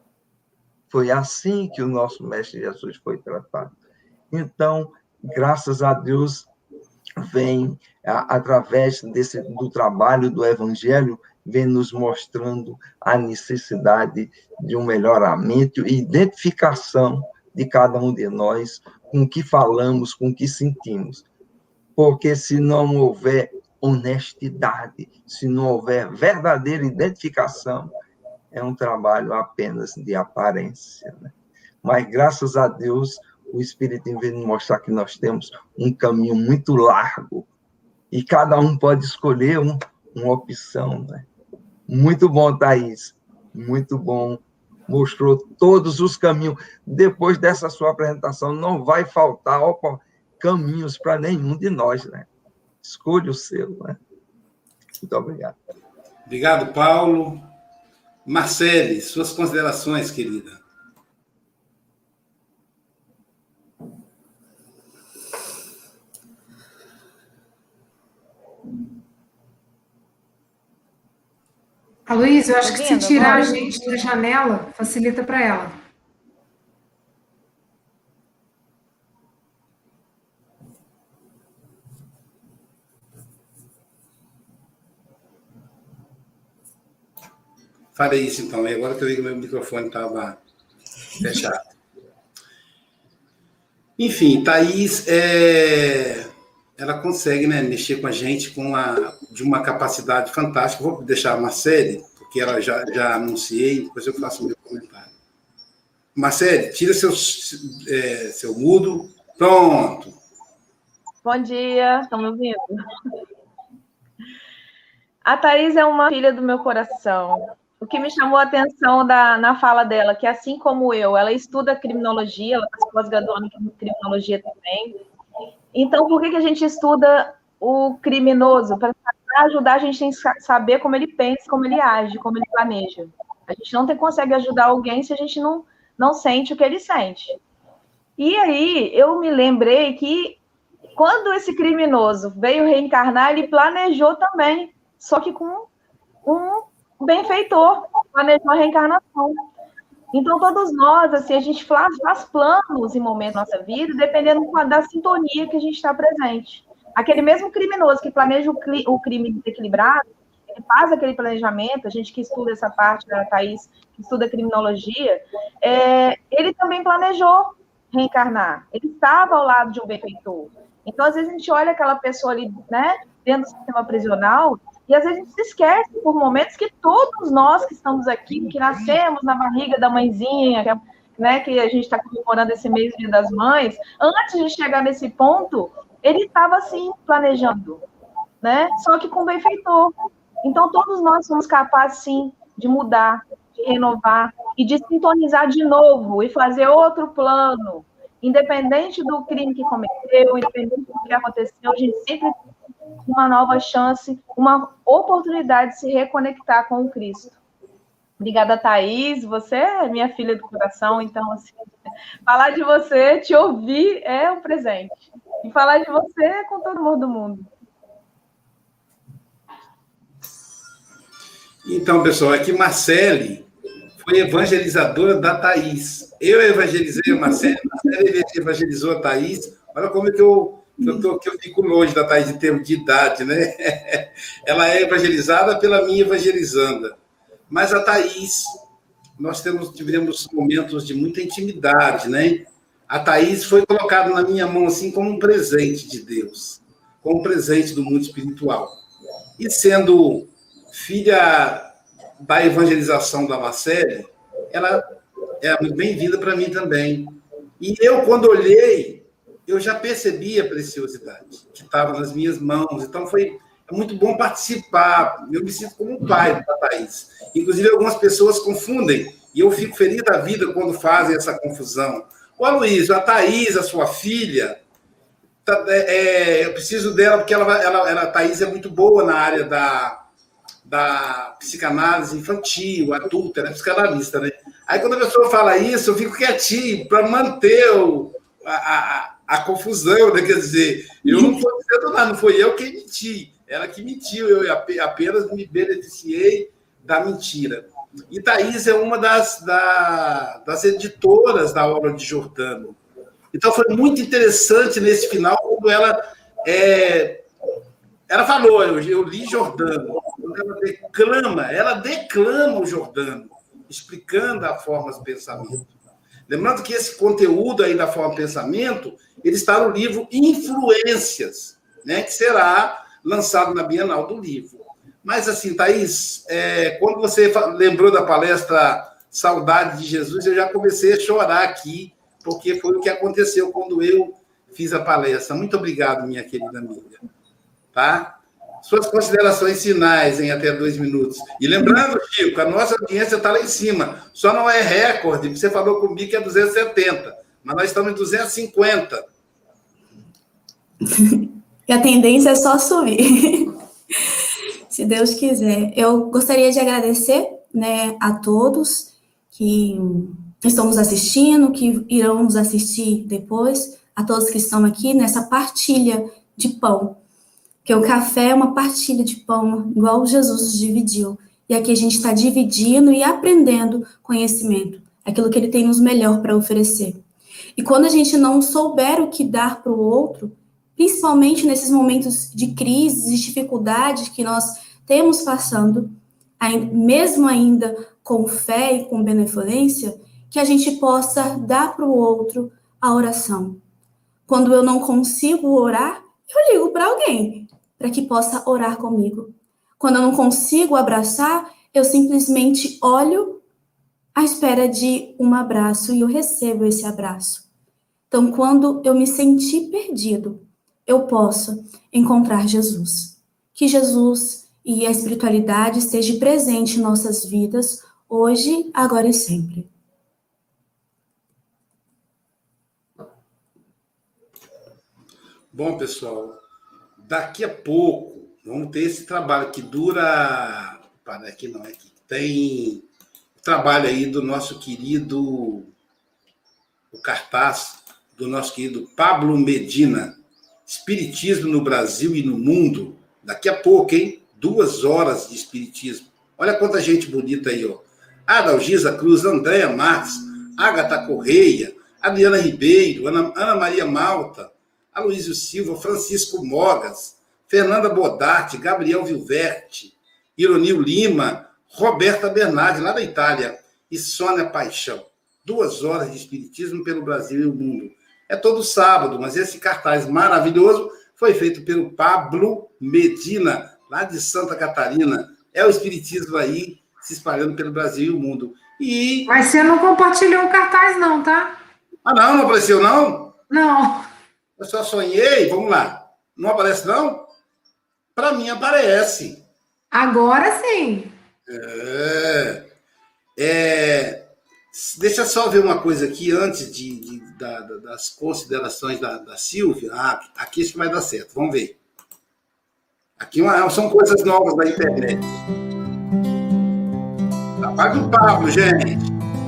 [SPEAKER 2] Foi assim que o nosso Mestre Jesus foi tratado. Então, graças a Deus, vem, através do trabalho do Evangelho, vem nos mostrando a necessidade de um melhoramento e identificação de cada um de nós com o que falamos, com o que sentimos. Porque se não houver honestidade, se não houver verdadeira identificação, é um trabalho apenas de aparência, né? Mas, graças a Deus, o Espírito vem nos mostrar que nós temos um caminho muito largo e cada um pode escolher uma opção, né? Muito bom, Thaís, muito bom. Mostrou todos os caminhos. Depois dessa sua apresentação, não vai faltar caminhos para nenhum de nós, né? Escolha o seu, né? Muito obrigado.
[SPEAKER 1] Obrigado, Paulo. Marcele, suas considerações, querida.
[SPEAKER 5] A Luísa, eu acho que se tirar a gente da janela, facilita para ela.
[SPEAKER 1] Farei isso, então. E agora que eu vi que meu microfone estava fechado. Enfim, Thaís, ela consegue, né, mexer com a gente de uma capacidade fantástica. Vou deixar a Marcele, porque ela já anunciei, depois eu faço o meu comentário. Marcele, tira seu mudo. Pronto.
[SPEAKER 4] Bom dia, estão me ouvindo? A Thaís é uma filha do meu coração. O que me chamou a atenção na fala dela, que assim como eu, ela estuda criminologia, ela está se pós-graduando em criminologia também. Então, por que a gente estuda o criminoso? Para ajudar a gente a saber como ele pensa, como ele age, como ele planeja. A gente não consegue ajudar alguém se a gente não sente o que ele sente. E aí, eu me lembrei que quando esse criminoso veio reencarnar, ele planejou também, só que com um benfeitor, planejou a reencarnação. Então, todos nós, assim, a gente faz planos em momentos da nossa vida, dependendo da sintonia que a gente está presente. Aquele mesmo criminoso que planeja o crime desequilibrado, ele faz aquele planejamento, a gente que estuda essa parte da Thaís, que estuda criminologia, ele também planejou reencarnar. Ele estava ao lado de um benfeitor. Então, às vezes, a gente olha aquela pessoa ali, né, dentro do sistema prisional, e às vezes a gente se esquece por momentos que todos nós que estamos aqui, que nascemos na barriga da mãezinha, né, que a gente está comemorando esse mês Dia das Mães, antes de chegar nesse ponto, ele estava assim, planejando, né? Só que com benfeitor. Então, todos nós somos capazes, sim, de mudar, de renovar e de sintonizar de novo e fazer outro plano. Independente do crime que cometeu, independente do que aconteceu, a gente sempre tem uma nova chance, uma oportunidade de se reconectar com o Cristo. Obrigada, Thaís. Você é minha filha do coração, então, assim, falar de você, te ouvir é um presente. E falar de você é com todo mundo do mundo.
[SPEAKER 1] Então, pessoal, aqui Marcele foi evangelizadora da Thaís. Eu evangelizei a Marcele evangelizou a Thaís. Olha como é que eu fico longe da Thaís em termos de idade, né? Ela é evangelizada pela minha evangelizanda. Mas a Thaís, nós tivemos momentos de muita intimidade, né? A Thaís foi colocada na minha mão assim como um presente de Deus, como um presente do mundo espiritual. E sendo filha da evangelização da Marcele, ela é muito bem-vinda para mim também. E eu, quando olhei, eu já percebi a preciosidade que estava nas minhas mãos. Então, é muito bom participar. Eu me sinto como um pai da Thaís. Inclusive, algumas pessoas confundem, e eu fico feliz da vida quando fazem essa confusão. Ô, Aloysio, a Thaís, a sua filha, eu preciso dela porque a Thaís é muito boa na área da psicanálise infantil, adulta, ela é psicanalista, né? Aí, quando a pessoa fala isso, eu fico quietinho para manter a confusão, né? Quer dizer, eu não estou dizendo nada, não foi eu que menti, ela que mentiu, eu apenas me beneficiei da mentira. E Thaís é uma das editoras da obra de Giordano. Então, foi muito interessante nesse final, quando ela falou, eu li Giordano, quando ela declama o Giordano, explicando a forma de pensamento. Lembrando que esse conteúdo aí da forma de pensamento, ele está no livro Influências, né, que será lançado na Bienal do Livro. Mas, assim, Thaís, quando você lembrou da palestra Saudade de Jesus, eu já comecei a chorar aqui, porque foi o que aconteceu quando eu fiz a palestra. Muito obrigado, minha querida amiga. Tá? Suas considerações finais em até 2 minutos. E lembrando, Chico, a nossa audiência está lá em cima. Só não é recorde, você falou comigo que é 270, mas nós estamos em 250.
[SPEAKER 6] E a tendência é só subir. Se Deus quiser. Eu gostaria de agradecer, né, a todos que estão nos assistindo, que irão nos assistir depois, a todos que estão aqui nessa partilha de pão. Porque o café é uma partilha de pão, igual Jesus dividiu. E aqui a gente está dividindo e aprendendo conhecimento, aquilo que ele tem nos melhor para oferecer. E quando a gente não souber o que dar para o outro, principalmente nesses momentos de crise, de dificuldade que nós temos passando, mesmo ainda com fé e com benevolência, que a gente possa dar para o outro a oração. Quando eu não consigo orar, eu ligo para alguém, para que possa orar comigo. Quando eu não consigo abraçar, eu simplesmente olho à espera de um abraço e eu recebo esse abraço. Então, quando eu me sentir perdido, eu posso encontrar Jesus. Que Jesus e a espiritualidade estejam presentes em nossas vidas, hoje, agora e sempre.
[SPEAKER 1] Bom, pessoal, daqui a pouco vamos ter esse trabalho que dura... Aqui não, aqui tem o trabalho aí do nosso querido, o cartaz do nosso querido Pablo Medina, Espiritismo no Brasil e no Mundo. Daqui a pouco, hein? 2 horas de espiritismo. Olha quanta gente bonita aí, ó. Adalgisa Cruz, Andréia Marques, Ágata Correia, Adriana Ribeiro, Ana Maria Malta, Aloísio Silva, Francisco Mogas, Fernanda Bodarte, Gabriel Vilverte, Ironil Lima, Roberta Bernardi, lá da Itália, e Sônia Paixão. 2 horas de espiritismo pelo Brasil e o mundo. É todo sábado, mas esse cartaz maravilhoso foi feito pelo Pablo Medina, lá de Santa Catarina. É o espiritismo aí se espalhando pelo Brasil e o mundo. E...
[SPEAKER 5] Mas você não compartilhou o cartaz não, tá?
[SPEAKER 1] Ah, não apareceu, não?
[SPEAKER 5] Não.
[SPEAKER 1] Eu só sonhei, vamos lá. Não aparece, não? Para mim, aparece.
[SPEAKER 5] Agora sim.
[SPEAKER 1] Deixa eu só ver uma coisa aqui, antes das considerações da Silvia. Aqui isso vai dar certo, vamos ver. Aqui são coisas novas da internet. Apaga o Pablo, gente.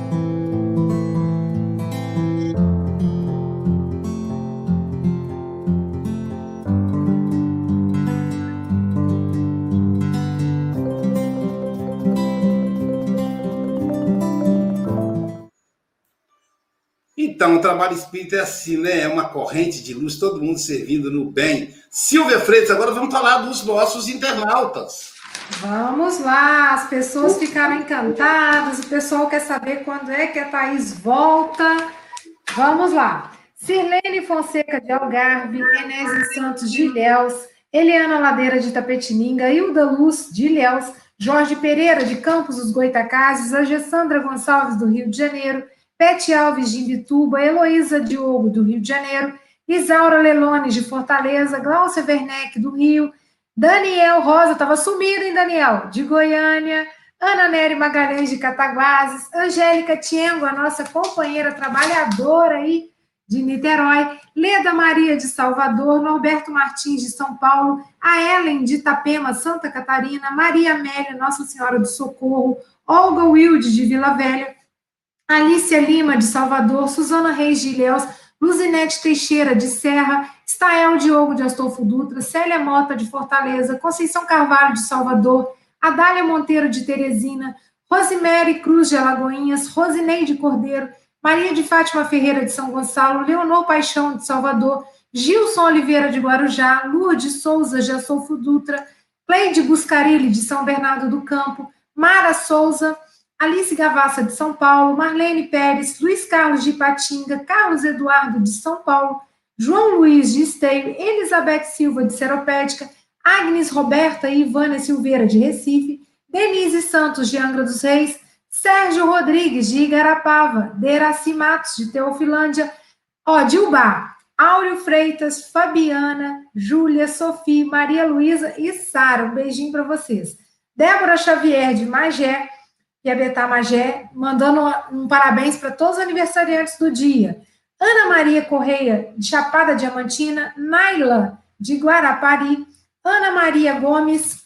[SPEAKER 1] Então, o trabalho espírita é assim, né? É uma corrente de luz, todo mundo servindo no bem. Silvia Freitas, agora vamos falar dos nossos internautas.
[SPEAKER 5] Vamos lá, as pessoas ficaram encantadas, o pessoal quer saber quando é que a Thaís volta. Vamos lá. Sirlene Fonseca de Algarve, Enésio Santos de Ilhéus, Eliana Ladeira de Tapetininga, Hilda Luz de Ilhéus, Jorge Pereira de Campos dos Goitacazes, a Gessandra Gonçalves do Rio de Janeiro, Pete Alves de Imbituba, Heloísa Diogo do Rio de Janeiro, Isaura Lelones de Fortaleza, Glaucia Werneck do Rio, Daniel Rosa, estava sumido, hein, Daniel? De Goiânia, Ana Nery Magalhães de Cataguases, Angélica Tiengo, a nossa companheira trabalhadora aí de Niterói, Leda Maria de Salvador, Norberto Martins de São Paulo, a Ellen de Itapema, Santa Catarina, Maria Amélia, Nossa Senhora do Socorro, Olga Wilde de Vila Velha, Alícia Lima de Salvador, Suzana Reis de Ilhéus, Luzinete Teixeira de Serra, Stael Diogo de Astolfo Dutra, Célia Mota de Fortaleza, Conceição Carvalho de Salvador, Adália Monteiro de Teresina, Rosemary Cruz de Alagoinhas, Rosineide Cordeiro, Maria de Fátima Ferreira de São Gonçalo, Leonor Paixão de Salvador, Gilson Oliveira de Guarujá, Lourdes Souza de Astolfo Dutra, Cleide Buscarilli de São Bernardo do Campo, Mara Souza, Alice Gavassa de São Paulo, Marlene Pérez, Luiz Carlos de Ipatinga, Carlos Eduardo de São Paulo, João Luiz de Esteio, Elizabeth Silva de Seropédica, Agnes Roberta e Ivânia Silveira de Recife, Denise Santos de Angra dos Reis, Sérgio Rodrigues de Igarapava, Deraci Matos de Teofilândia, de Ubá, Áureo Freitas, Fabiana, Júlia, Sofia, Maria Luísa e Sara. Um beijinho para vocês. Débora Xavier de Magé, Piabetá Magé, mandando um parabéns para todos os aniversariantes do dia. Ana Maria Correia, de Chapada Diamantina, Naila, de Guarapari, Ana Maria Gomes,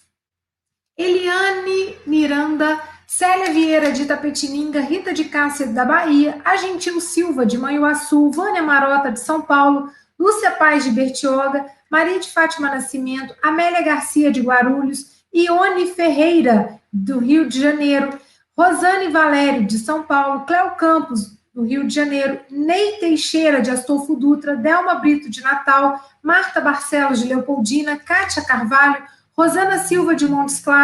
[SPEAKER 5] Eliane Miranda, Célia Vieira, de Itapetininga, Rita de Cássia, da Bahia, Agentil Silva, de Manhuaçu, Vânia Marota, de São Paulo, Lúcia Paz, de Bertioga, Maria de Fátima Nascimento, Amélia Garcia, de Guarulhos, Ione Ferreira, do Rio de Janeiro, Rosane Valério, de São Paulo, Cléo Campos, do Rio de Janeiro, Ney Teixeira, de Astolfo Dutra, Delma Brito, de Natal, Marta Barcelos, de Leopoldina, Kátia Carvalho, Rosana Silva, de Montes Claros,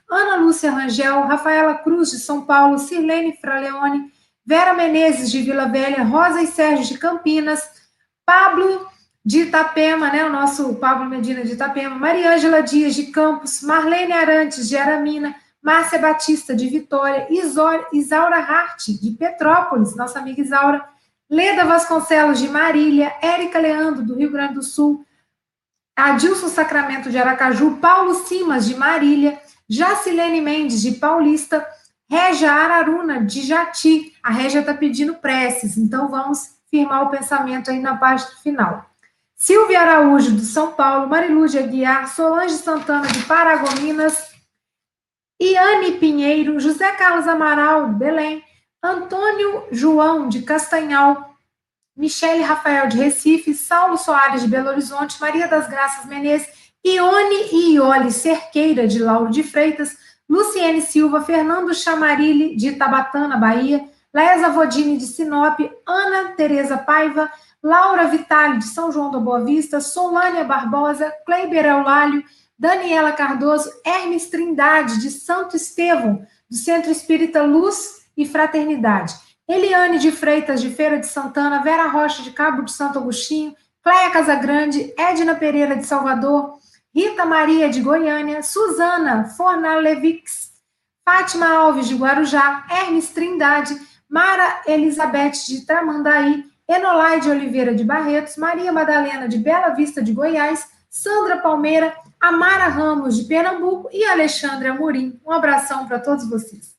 [SPEAKER 5] Ana Lúcia Rangel, Rafaela Cruz, de São Paulo, Sirlene Fraleone, Vera Menezes, de Vila Velha, Rosa e Sérgio, de Campinas, Pablo de Itapema, né, o nosso Pablo Medina de Itapema, Mariângela Dias, de Campos, Marlene Arantes, de Aramina, Márcia Batista, de Vitória, Isaura Hart, de Petrópolis, nossa amiga Isaura, Leda Vasconcelos, de Marília, Érica Leandro, do Rio Grande do Sul, Adilson Sacramento, de Aracaju, Paulo Simas, de Marília, Jacilene Mendes, de Paulista, Régia Araruna, de Jati. A Régia está pedindo preces, então vamos firmar o pensamento aí na parte final. Silvia Araújo, de São Paulo, Marilude Aguiar, Solange Santana, de Paragominas, Iane Pinheiro, José Carlos Amaral, de Belém, Antônio João, de Castanhal, Michele Rafael, de Recife, Saulo Soares, de Belo Horizonte, Maria das Graças Menezes, Ione e Iole Cerqueira, de Lauro de Freitas, Luciene Silva, Fernando Chamarilli, de Itabatana, Bahia, Laesa Vodini, de Sinop, Ana Tereza Paiva, Laura Vitale, de São João da Boa Vista, Solânia Barbosa, Kleiber Eulálio, Daniela Cardoso, Hermes Trindade, de Santo Estevão, do Centro Espírita Luz e Fraternidade, Eliane de Freitas, de Feira de Santana, Vera Rocha, de Cabo de Santo Agostinho, Cléia Casagrande, Edna Pereira, de Salvador, Rita Maria, de Goiânia, Suzana Fornalevix, Fátima Alves, de Guarujá, Hermes Trindade, Mara Elizabeth, de Tramandaí, Enolaide Oliveira, de Barretos, Maria Madalena, de Bela Vista, de Goiás, Sandra Palmeira, Amara Ramos, de Pernambuco e Alexandre Amorim. Um abração para todos vocês.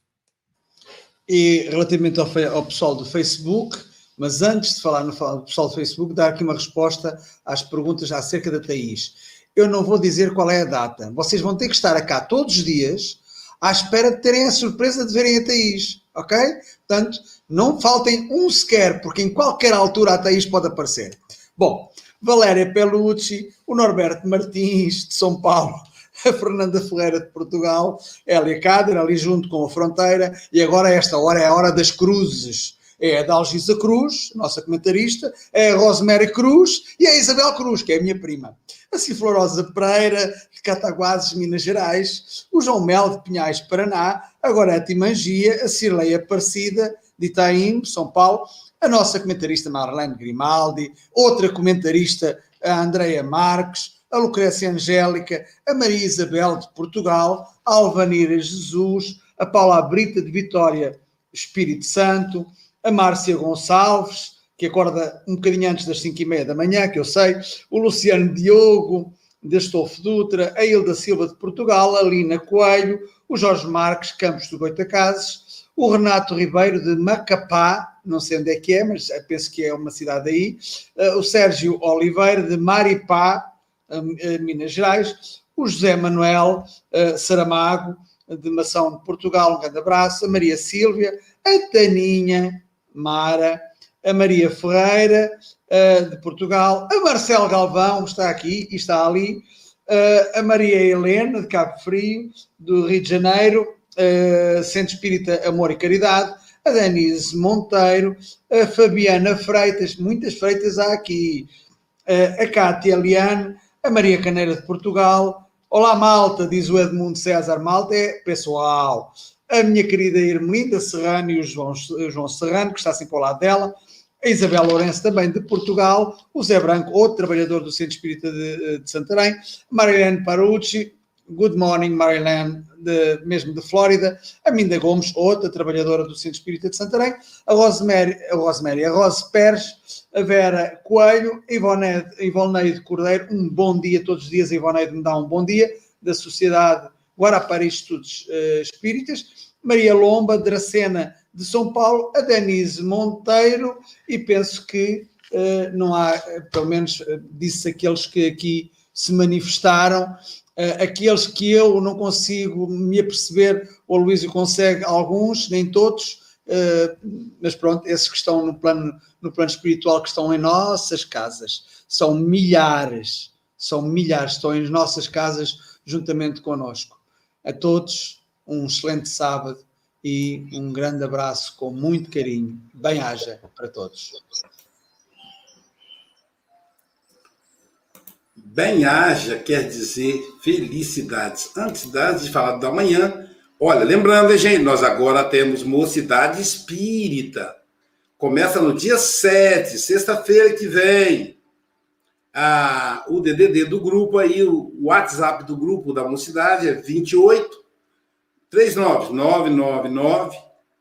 [SPEAKER 3] E relativamente ao pessoal do Facebook, mas antes de falar no pessoal do Facebook, dar aqui uma resposta às perguntas acerca da Thaís. Eu não vou dizer qual é a data. Vocês vão ter que estar cá todos os dias à espera de terem a surpresa de verem a Thaís, ok? Portanto, não faltem um sequer, porque em qualquer altura a Thaís pode aparecer. Bom, Valéria Pelucci, o Norberto Martins, de São Paulo, a Fernanda Ferreira, de Portugal, Hélia Cader, ali junto com a Fronteira, e agora esta hora é a hora das cruzes. É a Dalgisa Cruz, nossa comentarista, é a Rosemary Cruz e a Isabel Cruz, que é a minha prima. A Ciflorosa Pereira, de Cataguases, Minas Gerais, o João Mel, de Pinhais, Paraná, a Gorete Mangia, a Cirlei Aparecida, de Itaim, São Paulo, a nossa comentarista Marlene Grimaldi, outra comentarista, a Andreia Marques, a Lucrécia Angélica, a Maria Isabel, de Portugal, a Alvanira Jesus, a Paula Brita, de Vitória, Espírito Santo, a Márcia Gonçalves, que acorda um bocadinho antes das 5h30 da manhã, que eu sei, o Luciano Diogo, de Estofo Dutra, a Hilda Silva, de Portugal, a Lina Coelho, o Jorge Marques, Campos do Goitacazes, o Renato Ribeiro, de Macapá, não sei onde é que é, mas penso que é uma cidade aí, o Sérgio Oliveira, de Maripá, Minas Gerais, o José Manuel Saramago, de Mação de Portugal, um grande abraço, a Maria Sílvia, a Taninha Mara, a Maria Ferreira, de Portugal, a Marcelo Galvão, está aqui e está ali, a Maria Helena, de Cabo Frio, do Rio de Janeiro, Centro Espírita Amor e Caridade, a Denise Monteiro, a Fabiana Freitas, muitas Freitas há aqui, a Cátia Liane, a Maria Caneira, de Portugal. Olá, malta, diz o Edmundo César. Malta é pessoal. A minha querida Irmelinda Serrano e o João Serrano, que está sempre ao lado dela. A Isabel Lourenço, também de Portugal. O Zé Branco, outro trabalhador do Centro Espírita de Santarém. Marilene Parucci. Good morning, Marilene, mesmo de Flórida. A Minda Gomes, outra trabalhadora do Centro Espírita de Santarém. A Rose Pérez, a Vera Coelho, a Ivoneide Cordeiro. Um bom dia todos os dias. A Ivoneide me dá um bom dia, da Sociedade Guarapari Estudos Espíritas. Maria Lomba, Dracena, de São Paulo. A Denise Monteiro. E penso que não há, pelo menos disse aqueles que aqui se manifestaram, aqueles que eu não consigo me aperceber, o Luísio consegue alguns, nem todos, mas pronto, esses que estão no plano espiritual, que estão em nossas casas, são milhares, estão em nossas casas juntamente connosco. A todos, um excelente sábado e um grande abraço com muito carinho. Bem-aja para todos.
[SPEAKER 1] Bem-haja quer dizer felicidades. Antes de falar do amanhã, olha, lembrando, gente, nós agora temos Mocidade Espírita. Começa no dia 7, sexta-feira que vem. O DDD do grupo aí, o WhatsApp do grupo da Mocidade é 28 39 999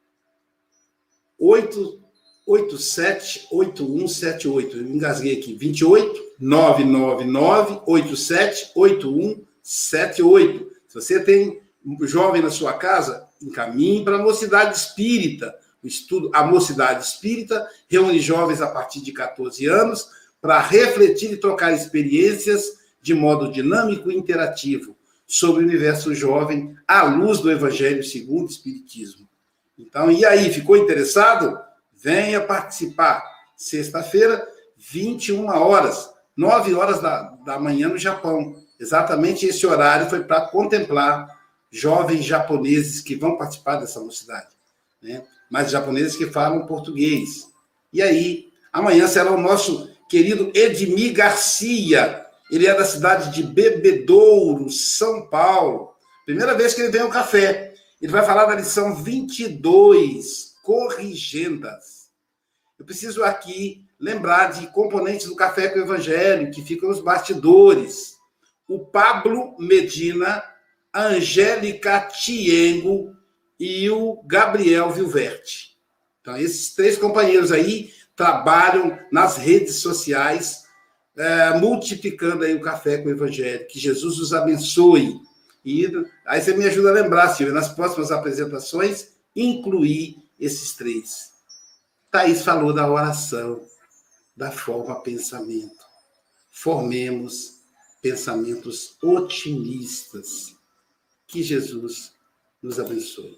[SPEAKER 1] 87 8178. Eu engasguei aqui. 28 999 87 8178. Se você tem um jovem na sua casa, encaminhe para a Mocidade Espírita. O estudo, a Mocidade Espírita reúne jovens a partir de 14 anos para refletir e trocar experiências de modo dinâmico e interativo sobre o universo jovem à luz do Evangelho segundo o Espiritismo. Então, e aí, ficou interessado? Venha participar. Sexta-feira, 21 horas, 9 horas da manhã no Japão. Exatamente esse horário foi para contemplar jovens japoneses que vão participar dessa mocidade, né? Mas japoneses que falam português. E aí, amanhã será o nosso querido Edmir Garcia. Ele é da cidade de Bebedouro, São Paulo. Primeira vez que ele vem ao café. Ele vai falar da lição 22, Corrigendas. Eu preciso aqui lembrar de componentes do Café com o Evangelho, que ficam nos bastidores. O Pablo Medina, a Angélica Tiengo e o Gabriel Vilverte. Então, esses 3 companheiros aí trabalham nas redes sociais, multiplicando aí o Café com o Evangelho. Que Jesus os abençoe. E aí você me ajuda a lembrar, Silvia, nas próximas apresentações, incluir esses 3. Thaís falou da oração, da forma pensamento. Formemos pensamentos otimistas. Que Jesus nos abençoe.